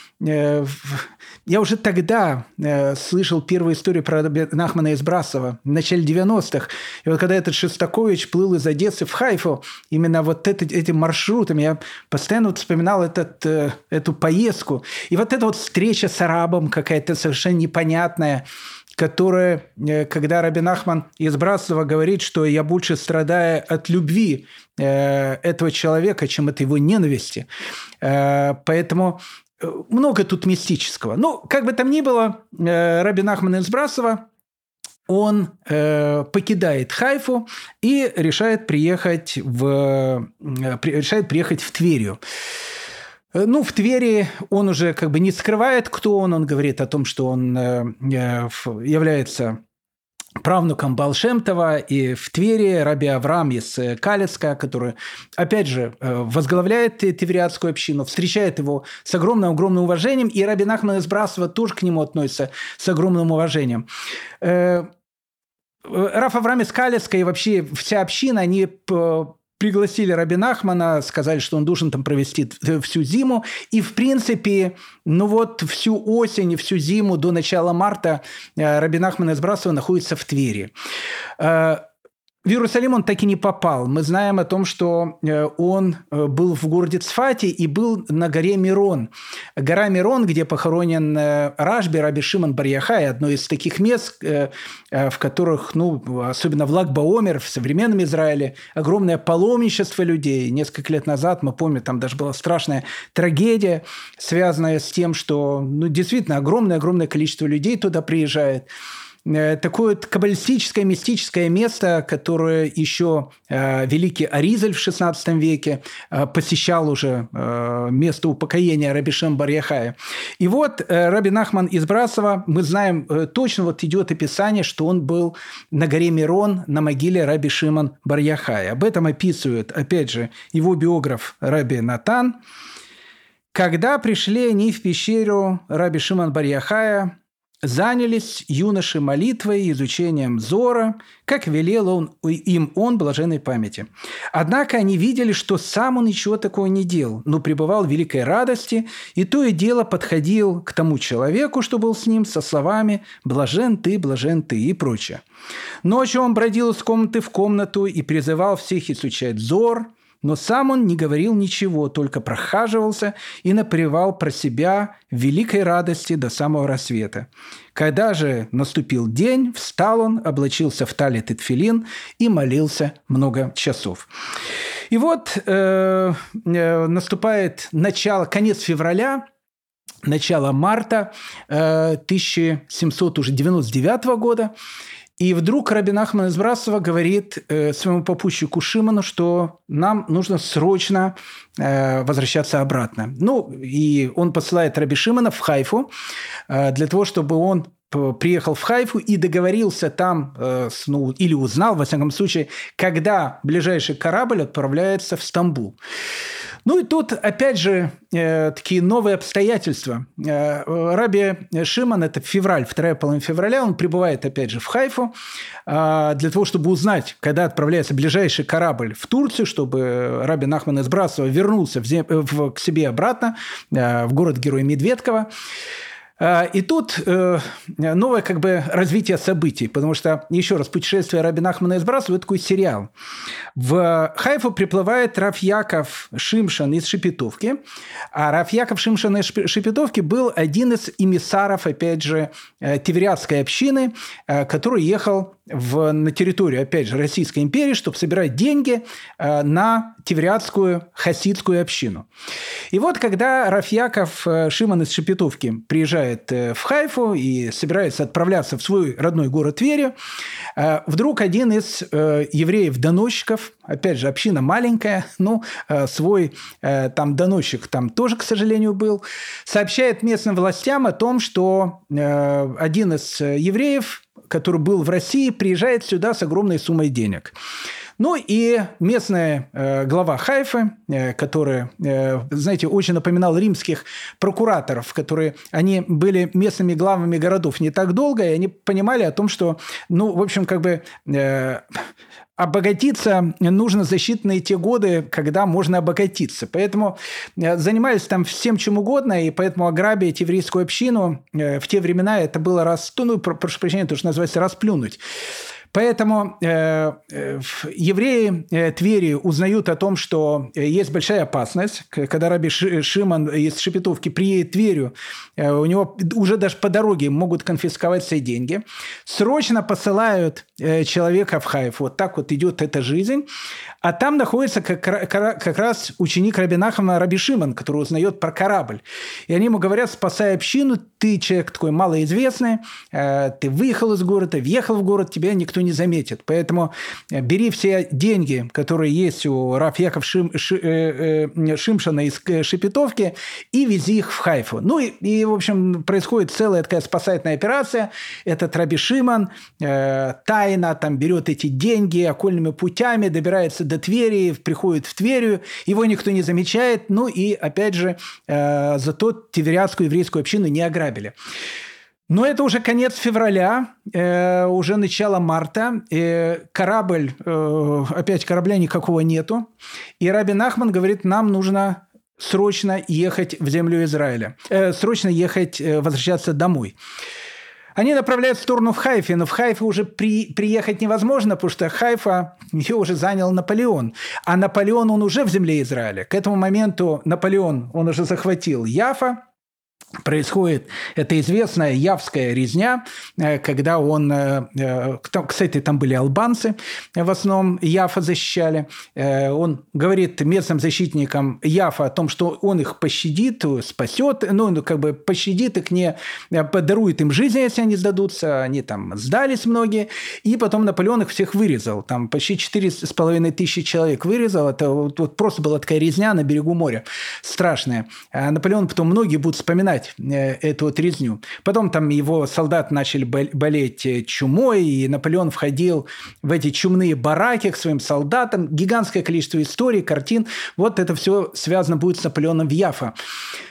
я уже тогда слышал первую историю про Раби Нахмана из Браслова в начале 90-х. И вот когда этот Шестакович плыл из Одессы в Хайфу, именно вот этим маршрутом, я постоянно вот вспоминал эту поездку. И вот эта вот встреча с арабом какая-то совершенно непонятная, которая, когда Раби Нахман из Браслова говорит, что я больше страдаю от любви этого человека, чем от его ненависти. Поэтому много тут мистического. Ну, как бы там ни было, Раби Нахман из Браслова, он покидает Хайфу и решает приехать в Тверью. Ну, в Твери он уже как бы не скрывает, кто он. Он говорит о том, что он является правнуком Баал Шем Това, и в Твери Раби Авраам из Калецка, который, опять же, возглавляет тевриадскую общину, встречает его с огромным уважением, и Раби Нахман из Браслова тоже к нему относится с огромным уважением. Рав Авраам из Калецка и вообще вся община, они пригласили Раби Нахмана, сказали, что он должен там провести всю зиму. И, в принципе, ну вот всю осень и всю зиму до начала марта Раби Нахман из Браслова находится в Твери. В Иерусалим он так и не попал. Мы знаем о том, что он был в городе Цфате и был на горе Мирон. Гора Мирон, где похоронен Рашби, Раби Шимон бар Йохай, одно из таких мест, в которых, ну, особенно в Lag-BaOmer, в современном Израиле, огромное паломничество людей. Несколько лет назад, мы помним, там даже была страшная трагедия, связанная с тем, что, ну, действительно, огромное количество людей туда приезжает. Такое каббалистическое, мистическое место, которое еще великий Аризаль в XVI веке посещал уже, место упокоения Раби Шимон бар Йохая. И вот Раби Нахман из Браслова, мы знаем точно, вот идет описание, что он был на горе Мирон на могиле Раби Шимон бар Йохая. Об этом описывает, опять же, его биограф Раби Натан. Когда пришли они в пещеру Раби Шимон бар Йохая, занялись юноши молитвой, изучением Зора, как велел им он блаженной памяти. Однако они видели, что сам он ничего такого не делал, но пребывал в великой радости, и то и дело подходил к тому человеку, что был с ним, со словами блажен ты» и прочее. Ночью он бродил из комнаты в комнату и призывал всех изучать Зор, но сам он не говорил ничего, только прохаживался и напевал про себя в великой радости до самого рассвета. Когда же наступил день, встал он, облачился в талит и тфилин и молился много часов. И вот наступает конец февраля, начало марта 1799 года, и вдруг Раби Нахман из Браслова говорит своему попутчику Шимону, что нам нужно срочно возвращаться обратно. Ну, и он посылает Раби Шимона в Хайфу для того, чтобы он приехал в Хайфу и договорился там, или узнал, во всяком случае, когда ближайший корабль отправляется в Стамбул. Ну и тут, опять же, такие новые обстоятельства. Раби Шимон, это февраль, вторая половина февраля, он прибывает, опять же, в Хайфу для того, чтобы узнать, когда отправляется ближайший корабль в Турцию, чтобы Раби Нахман из Браслова вернулся к себе обратно, в город-герой Медведково. И тут новое развитие событий, потому что, еще раз, «Путешествие Раби Нахмана из Браслова» – это такой сериал. В Хайфу приплывает Рав Яков Шимшон из Шепетовки, а Рав Яков Шимшон из Шепетовки был один из эмиссаров, опять же, Тивериадской общины, который ехал на территорию, опять же, Российской империи, чтобы собирать деньги на Тивериадскую хасидскую общину. И вот, когда Рав Яков Шимон из Шепетовки приезжает в Хайфу и собирается отправляться в свой родной город Тверь, вдруг один из евреев-доносчиков, опять же, община маленькая, но свой там доносчик там тоже, к сожалению, был, сообщает местным властям о том, что один из евреев, который был в России, приезжает сюда с огромной суммой денег. Ну и местная глава Хайфы, которая, знаете, очень напоминала римских прокураторов, они были местными главами городов не так долго, и они понимали о том, что, обогатиться нужно за считанные те годы, когда можно обогатиться. Поэтому занимались там всем чем угодно, и поэтому ограбить еврейскую общину в те времена это было прошу прощения, то, что называется, расплюнуть. Поэтому евреи Твери узнают о том, что есть большая опасность. Когда Раби Шимон из Шепетовки приедет в Тверь, у него уже даже по дороге могут конфисковать все деньги. Срочно посылают человека в Хайфу. Вот так вот идет эта жизнь. А там находится как раз ученик Раби Нахмана Раби Шимон, который узнает про корабль. И они ему говорят: спасай общину, ты человек такой малоизвестный, ты выехал из города, въехал в город, тебя никто не заметит. Поэтому бери все деньги, которые есть у Рав Якова Шимшона из Шепетовки, и вези их в Хайфу. Ну и в общем, происходит целая такая спасательная операция. Этот Раби Шимон тайно там берет эти деньги окольными путями, добирается до Твери, приходит в Тверь, его никто не замечает. Ну и, опять же, зато Тивериадскую еврейскую общину не ограбили. Но это уже конец февраля, уже начало марта. Корабля никакого нету. И Раби Нахман говорит: нам нужно срочно ехать в землю Израиля. Возвращаться домой. Они направляются в сторону Хайфы, но в Хайфу уже приехать невозможно, потому что Хайфа ее уже занял Наполеон. А Наполеон, он уже в земле Израиля. К этому моменту Наполеон, он уже захватил Яффа. Происходит эта известная Явская резня, когда кстати, там были албанцы, в основном Яффа защищали. Он говорит местным защитникам Яффа о том, что он их пощадит, спасет, пощадит их, не подарует им жизнь, если они сдадутся. Они там сдались многие. И потом Наполеон их всех вырезал. Там почти 4,5 тысячи человек вырезал. Это вот просто была такая резня на берегу моря. Страшная. А Наполеон потом многие будут вспоминать эту вот резню. Потом там его солдаты начали болеть чумой, и Наполеон входил в эти чумные бараки к своим солдатам. Гигантское количество историй, картин. Вот это все связано будет с Наполеоном в Яффа.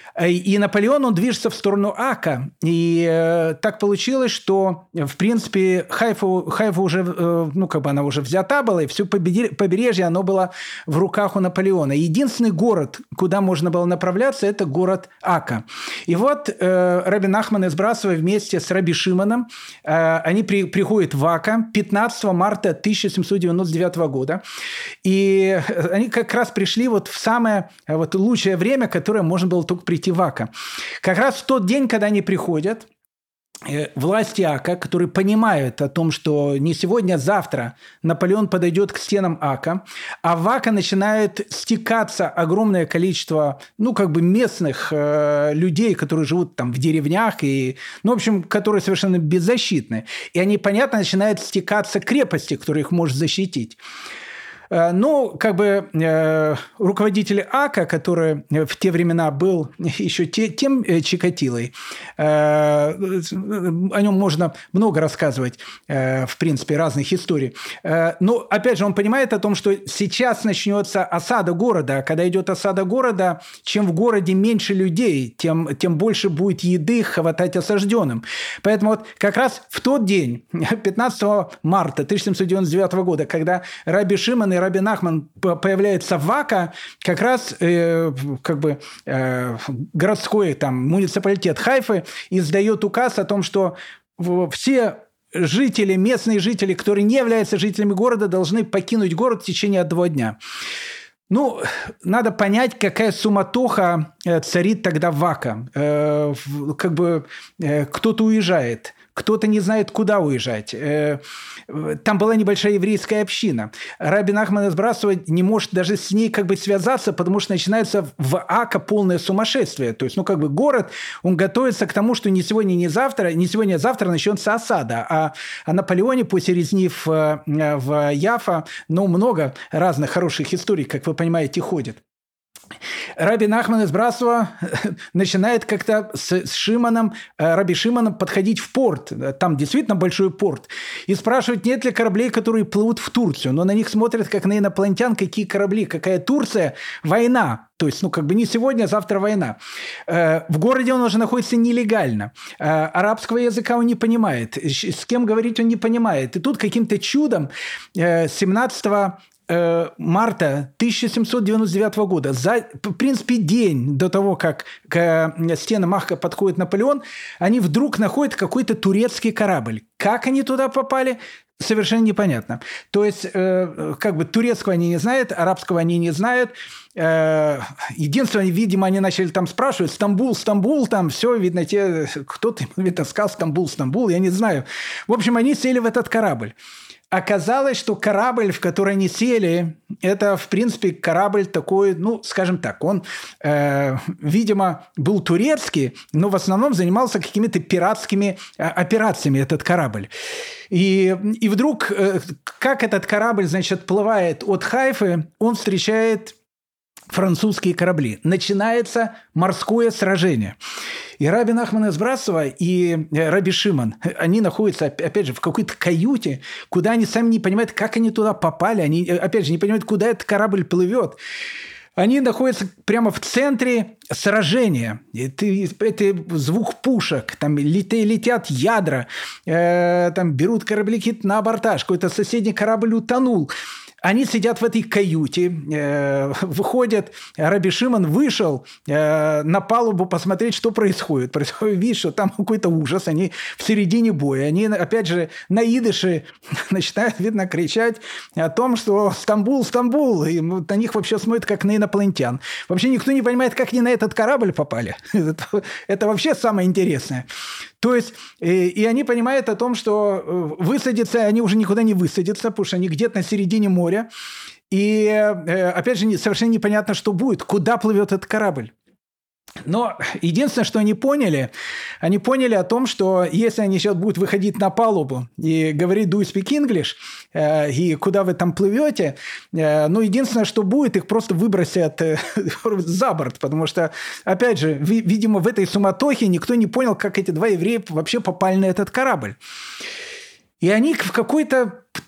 И Наполеон, он движется в сторону Ака. И так получилось, что, в принципе, Хайфа уже, она уже взята была, и все побережье, оно было в руках у Наполеона. Единственный город, куда можно было направляться, это город Ака. И вот Раби Нахман из Браслова вместе с Раби Шимоном, они приходят в Ака 15 марта 1799 года. И они как раз пришли вот в самое лучшее время, которое можно было только прийти в Ака. Как раз в тот день, когда они приходят, власти Ака, которые понимают о том, что не сегодня, а завтра Наполеон подойдет к стенам Ака, а в Ака начинает стекаться огромное количество, местных людей, которые живут там в деревнях, и, в общем, которые совершенно беззащитны. И они, понятно, начинают стекаться к крепости, которая их может защитить. Руководитель Ака, который в те времена был еще тем Чикатилой, о нем можно много рассказывать, в принципе, разных историй. Но, опять же, он понимает о том, что сейчас начнется осада города. А когда идет осада города, чем в городе меньше людей, тем больше будет еды хватать осажденным. Поэтому вот как раз в тот день, 15 марта 1799 года, когда Раби Шимон и Раби Нахман появляются в Ака, как раз городской муниципалитет Хайфы издает указ о том, что все жители, местные жители, которые не являются жителями города, должны покинуть город в течение 1 дня. Надо понять, какая суматоха царит тогда в Ака. Кто-то уезжает, кто-то не знает, куда уезжать. Там была небольшая еврейская община. Раби Нахман из Браслова не может даже с ней связаться, потому что начинается в Ака полное сумасшествие. То есть, город, он готовится к тому, что не сегодня, а завтра начнется осада. А о Наполеоне после резни в Яфа, много разных хороших историй, как вы понимаете, ходит. Раби Нахман из Браслова начинает как-то с Раби Шимоном подходить в порт. Там действительно большой порт. И спрашивать, нет ли кораблей, которые плывут в Турцию. Но на них смотрят, как на инопланетян, какие корабли, какая Турция, война. То есть, не сегодня, а завтра война. В городе он уже находится нелегально. Арабского языка он не понимает. С кем говорить он не понимает. И тут каким-то чудом 17 марта 1799 года, в принципе, день до того, как к стенам Ака подходит Наполеон, они вдруг находят какой-то турецкий корабль. Как они туда попали, совершенно непонятно. То есть, турецкого они не знают, арабского они не знают. Единственное, видимо, они начали там спрашивать, Стамбул, там все, видно, кто-то, видно, сказал Стамбул, я не знаю. В общем, они сели в этот корабль. Оказалось, что корабль, в который они сели, это, в принципе, корабль такой, скажем так, он, видимо, был турецкий, но в основном занимался какими-то пиратскими операциями, этот корабль. И вдруг, как этот корабль, отплывает от Хайфы, он встречает французские корабли. Начинается морское сражение. И Раби Нахман из Браслова и Раби Шимон, они находятся, опять же, в какой-то каюте, куда они сами не понимают, как они туда попали. Они, опять же, не понимают, куда этот корабль плывет. Они находятся прямо в центре сражения. Это звук пушек, там летят ядра, там берут корабли какие-то на абордаж, какой-то соседний корабль утонул. Они сидят в этой каюте, выходят, Раби Шимон вышел на палубу посмотреть, что происходит. Видишь, что там какой-то ужас, они в середине боя. Они, опять же, на идыше начинают, видно, кричать о том, что Стамбул, и на них вообще смотрят, как на инопланетян. Вообще никто не понимает, как они на этот корабль попали. Это вообще самое интересное. То есть, и они понимают о том, что высадиться, они уже никуда не высадятся, потому что они где-то на середине моря. И, опять же, совершенно непонятно, что будет, куда плывет этот корабль. Но единственное, что они поняли о том, что если они сейчас будут выходить на палубу и говорить «do you speak English», и куда вы там плывете, единственное, что будет, их просто выбросят за борт, потому что, опять же, видимо, в этой суматохе никто не понял, как эти два еврея вообще попали на этот корабль. И они в какой-то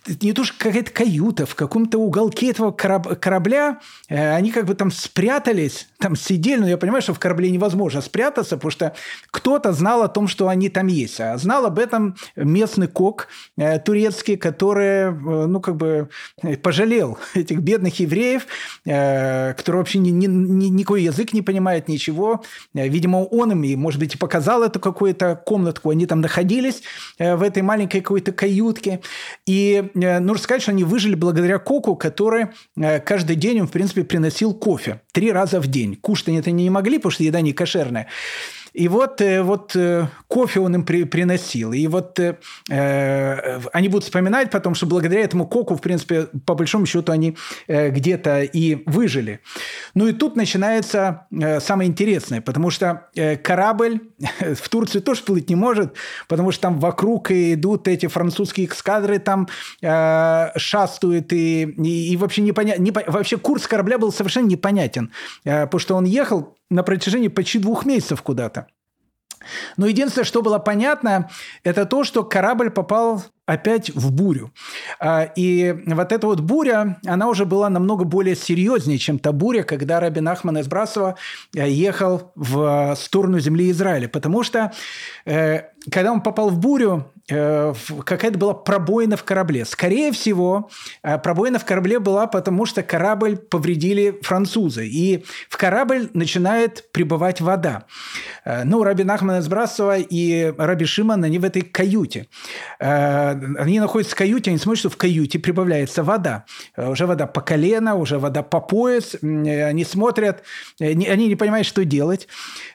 не то что какая-то каюта, в каком-то уголке этого корабля они как бы там спрятались, там сидели, но я понимаю, что в корабле невозможно спрятаться, потому что кто-то знал о том, что они там есть. А знал об этом местный кок турецкий, который, как бы пожалел этих бедных евреев, которые вообще никакой язык не понимают, ничего. Видимо, он им, может быть, и показал эту какую-то комнатку. Они там находились в этой маленькой какой-то каютке. И нужно сказать, что они выжили благодаря коку, который каждый день им, в принципе, приносил кофе 3 раза в день. Кушать они это не могли, потому что еда не кошерная. И вот кофе он им приносил. И вот они будут вспоминать потом, что благодаря этому коку, в принципе, по большому счету, они где-то и выжили. Ну и тут начинается самое интересное, потому что корабль в Турцию тоже плыть не может, потому что там вокруг идут эти французские эскадры, там шастают, и вообще непонятно. Вообще курс корабля был совершенно непонятен, потому что он ехал на протяжении почти 2 месяцев куда-то. Но единственное, что было понятно, это то, что корабль попал опять в бурю. И вот эта вот буря, она уже была намного более серьезнее, чем та буря, когда раби Нахман из Браслова ехал в сторону земли Израиля. Потому что, когда он попал в бурю, какая-то была пробоина в корабле. Скорее всего, пробоина в корабле была, потому что корабль повредили французы. И в корабль начинает прибывать вода. Раби Нахман из Браслова и раби Шимон, они в этой каюте. Они находятся в каюте, они смотрят, что в каюте прибавляется вода. Уже вода по колено, уже вода по пояс. Они смотрят, они не понимают, что делать.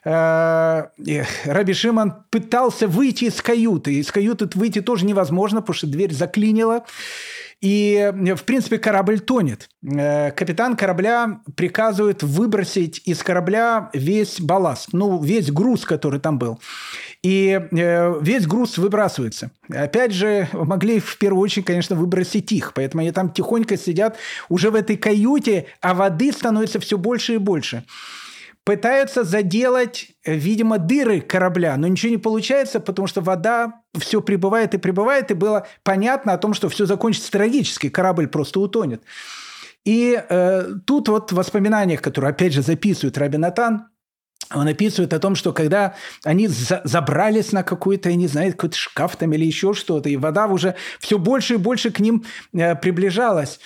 Раби Шимон пытался выйти из каюты. Из каюты выйти тоже невозможно, потому что дверь заклинила. И, в принципе, корабль тонет. Капитан корабля приказывает выбросить из корабля весь балласт, весь груз, который там был. И весь груз выбрасывается. Опять же, могли в первую очередь, конечно, выбросить их. Поэтому они там тихонько сидят уже в этой каюте, а воды становится все больше и больше. Пытаются заделать, видимо, дыры корабля, но ничего не получается, потому что вода все прибывает, и было понятно о том, что все закончится трагически, корабль просто утонет. И тут вот в воспоминаниях, которые, опять же, записывает раби Натан, он описывает о том, что когда они забрались на какой-то, я не знаю, какой-то шкаф там или еще что-то, и вода уже все больше и больше к ним приближалась.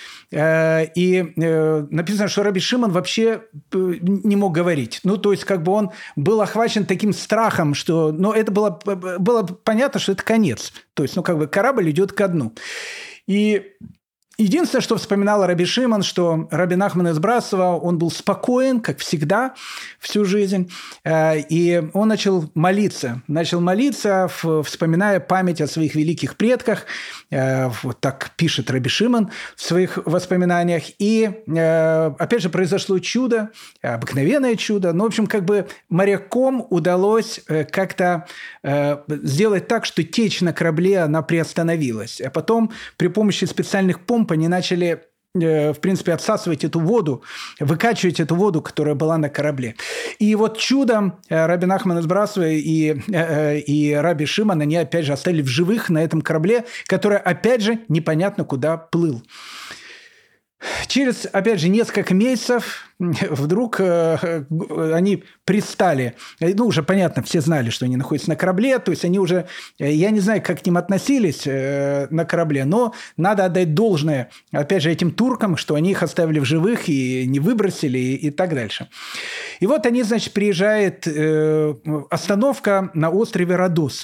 И написано, что раби Шимон вообще не мог говорить. То есть, как бы он был охвачен таким страхом, что... это было понятно, что это конец. То есть, корабль идет ко дну. И... Единственное, что вспоминал раби Шимон, что раби Нахман из Браслова, он был спокоен, как всегда, всю жизнь. И он начал молиться, вспоминая память о своих великих предках. Вот так пишет раби Шимон в своих воспоминаниях. И, опять же, произошло чудо, обыкновенное чудо. В общем, морякам удалось как-то сделать так, что течь на корабле, она приостановилась. А потом при помощи специальных помп они начали, в принципе, отсасывать эту воду, выкачивать эту воду, которая была на корабле. И вот чудом раби Нахман из Браслова и раби Шимон, они опять же остались в живых на этом корабле, который, опять же, непонятно куда плыл. Через, опять же, несколько месяцев вдруг они пристали. Уже понятно, все знали, что они находятся на корабле. То есть они уже, я не знаю, как к ним относились на корабле, но надо отдать должное, опять же, этим туркам, что они их оставили в живых и не выбросили и так дальше. И вот они, значит, приезжает остановка на острове Родос.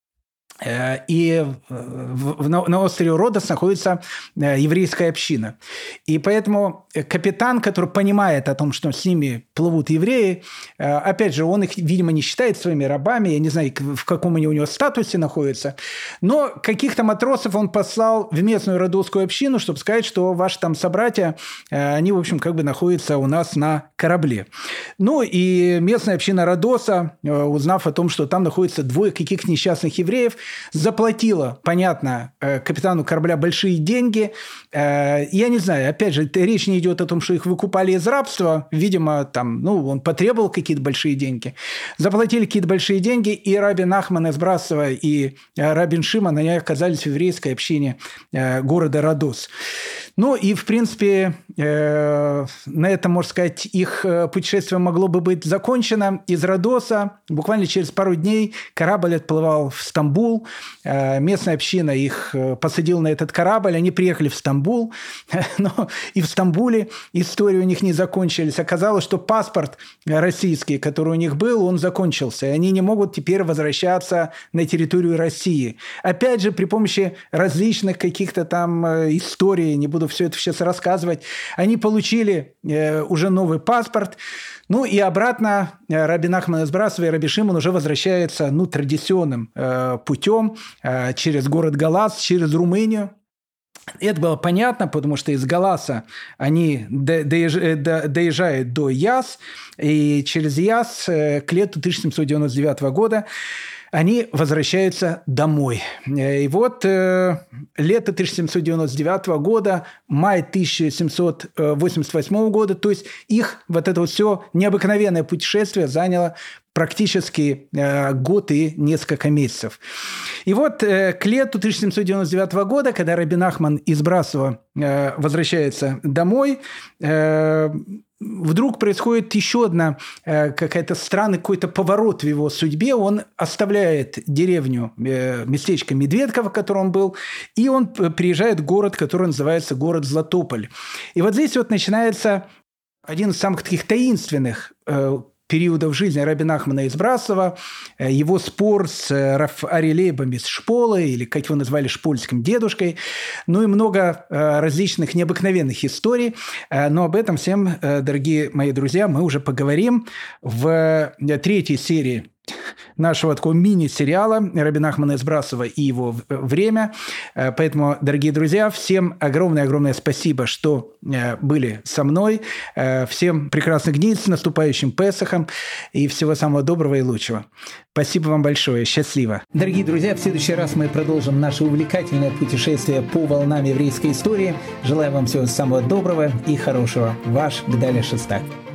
И на острове Родос находится еврейская община. И поэтому капитан, который понимает о том, что с ними плывут евреи, опять же, он их, видимо, не считает своими рабами, я не знаю, в каком они у него статусе находятся, но каких-то матросов он послал в местную родосскую общину, чтобы сказать, что ваши там собратья, они, в общем, находятся у нас на корабле. И местная община Родоса, узнав о том, что там находится 2 каких-то несчастных евреев, заплатила, понятно, капитану корабля большие деньги. Я не знаю, опять же, речь не идет о том, что их выкупали из рабства. Видимо, там, он потребовал какие-то большие деньги. Заплатили какие-то большие деньги, и Раби Нахман из Браслова и Рабин Шимон, они оказались в еврейской общине города Родос. И, в принципе, на этом, можно сказать, их путешествие могло бы быть закончено. Из Родоса буквально через пару дней корабль отплывал в Стамбул. Местная община их посадила на этот корабль. Они приехали в Стамбул. Но и в Стамбуле истории у них не закончились. Оказалось, что паспорт российский, который у них был, он закончился. И они не могут теперь возвращаться на территорию России. Опять же, при помощи различных каких-то там историй, не буду все это сейчас рассказывать, они получили уже новый паспорт. И обратно Раби Нахман из Браслова и Раби Шимон уже возвращаются традиционным путем через город Галас, через Румынию. Это было понятно, потому что из Галаса они доезжают до Яс, и через Яс к лету 1799 года они возвращаются домой. И вот лето 1799 года, май 1788 года, то есть их вот это вот все необыкновенное путешествие заняло практически год и несколько месяцев. И вот к лету 1799 года, когда Раби Нахман из Браслова возвращается домой, вдруг происходит еще одна какая-то странный какой-то поворот в его судьбе. Он оставляет деревню, местечко Медведково, в котором он был, и он приезжает в город, который называется город Златополь. И вот здесь вот начинается один из самых таких таинственных периодов жизни Раби Нахмана из Браслова, его спор с Арилейбом из Шполы, или, как его назвали, шпольским дедушкой, и много различных необыкновенных историй. Но об этом всем, дорогие мои друзья, мы уже поговорим в третьей серии нашего такого мини-сериала Раби Нахмана из Браслова и его время. Поэтому, дорогие друзья, всем огромное-огромное спасибо, что были со мной. Всем прекрасных дней с наступающим Песахом и всего самого доброго и лучшего. Спасибо вам большое. Счастливо. Дорогие друзья, в следующий раз мы продолжим наше увлекательное путешествие по волнам еврейской истории. Желаю вам всего самого доброго и хорошего. Ваш Гдаля Шестак.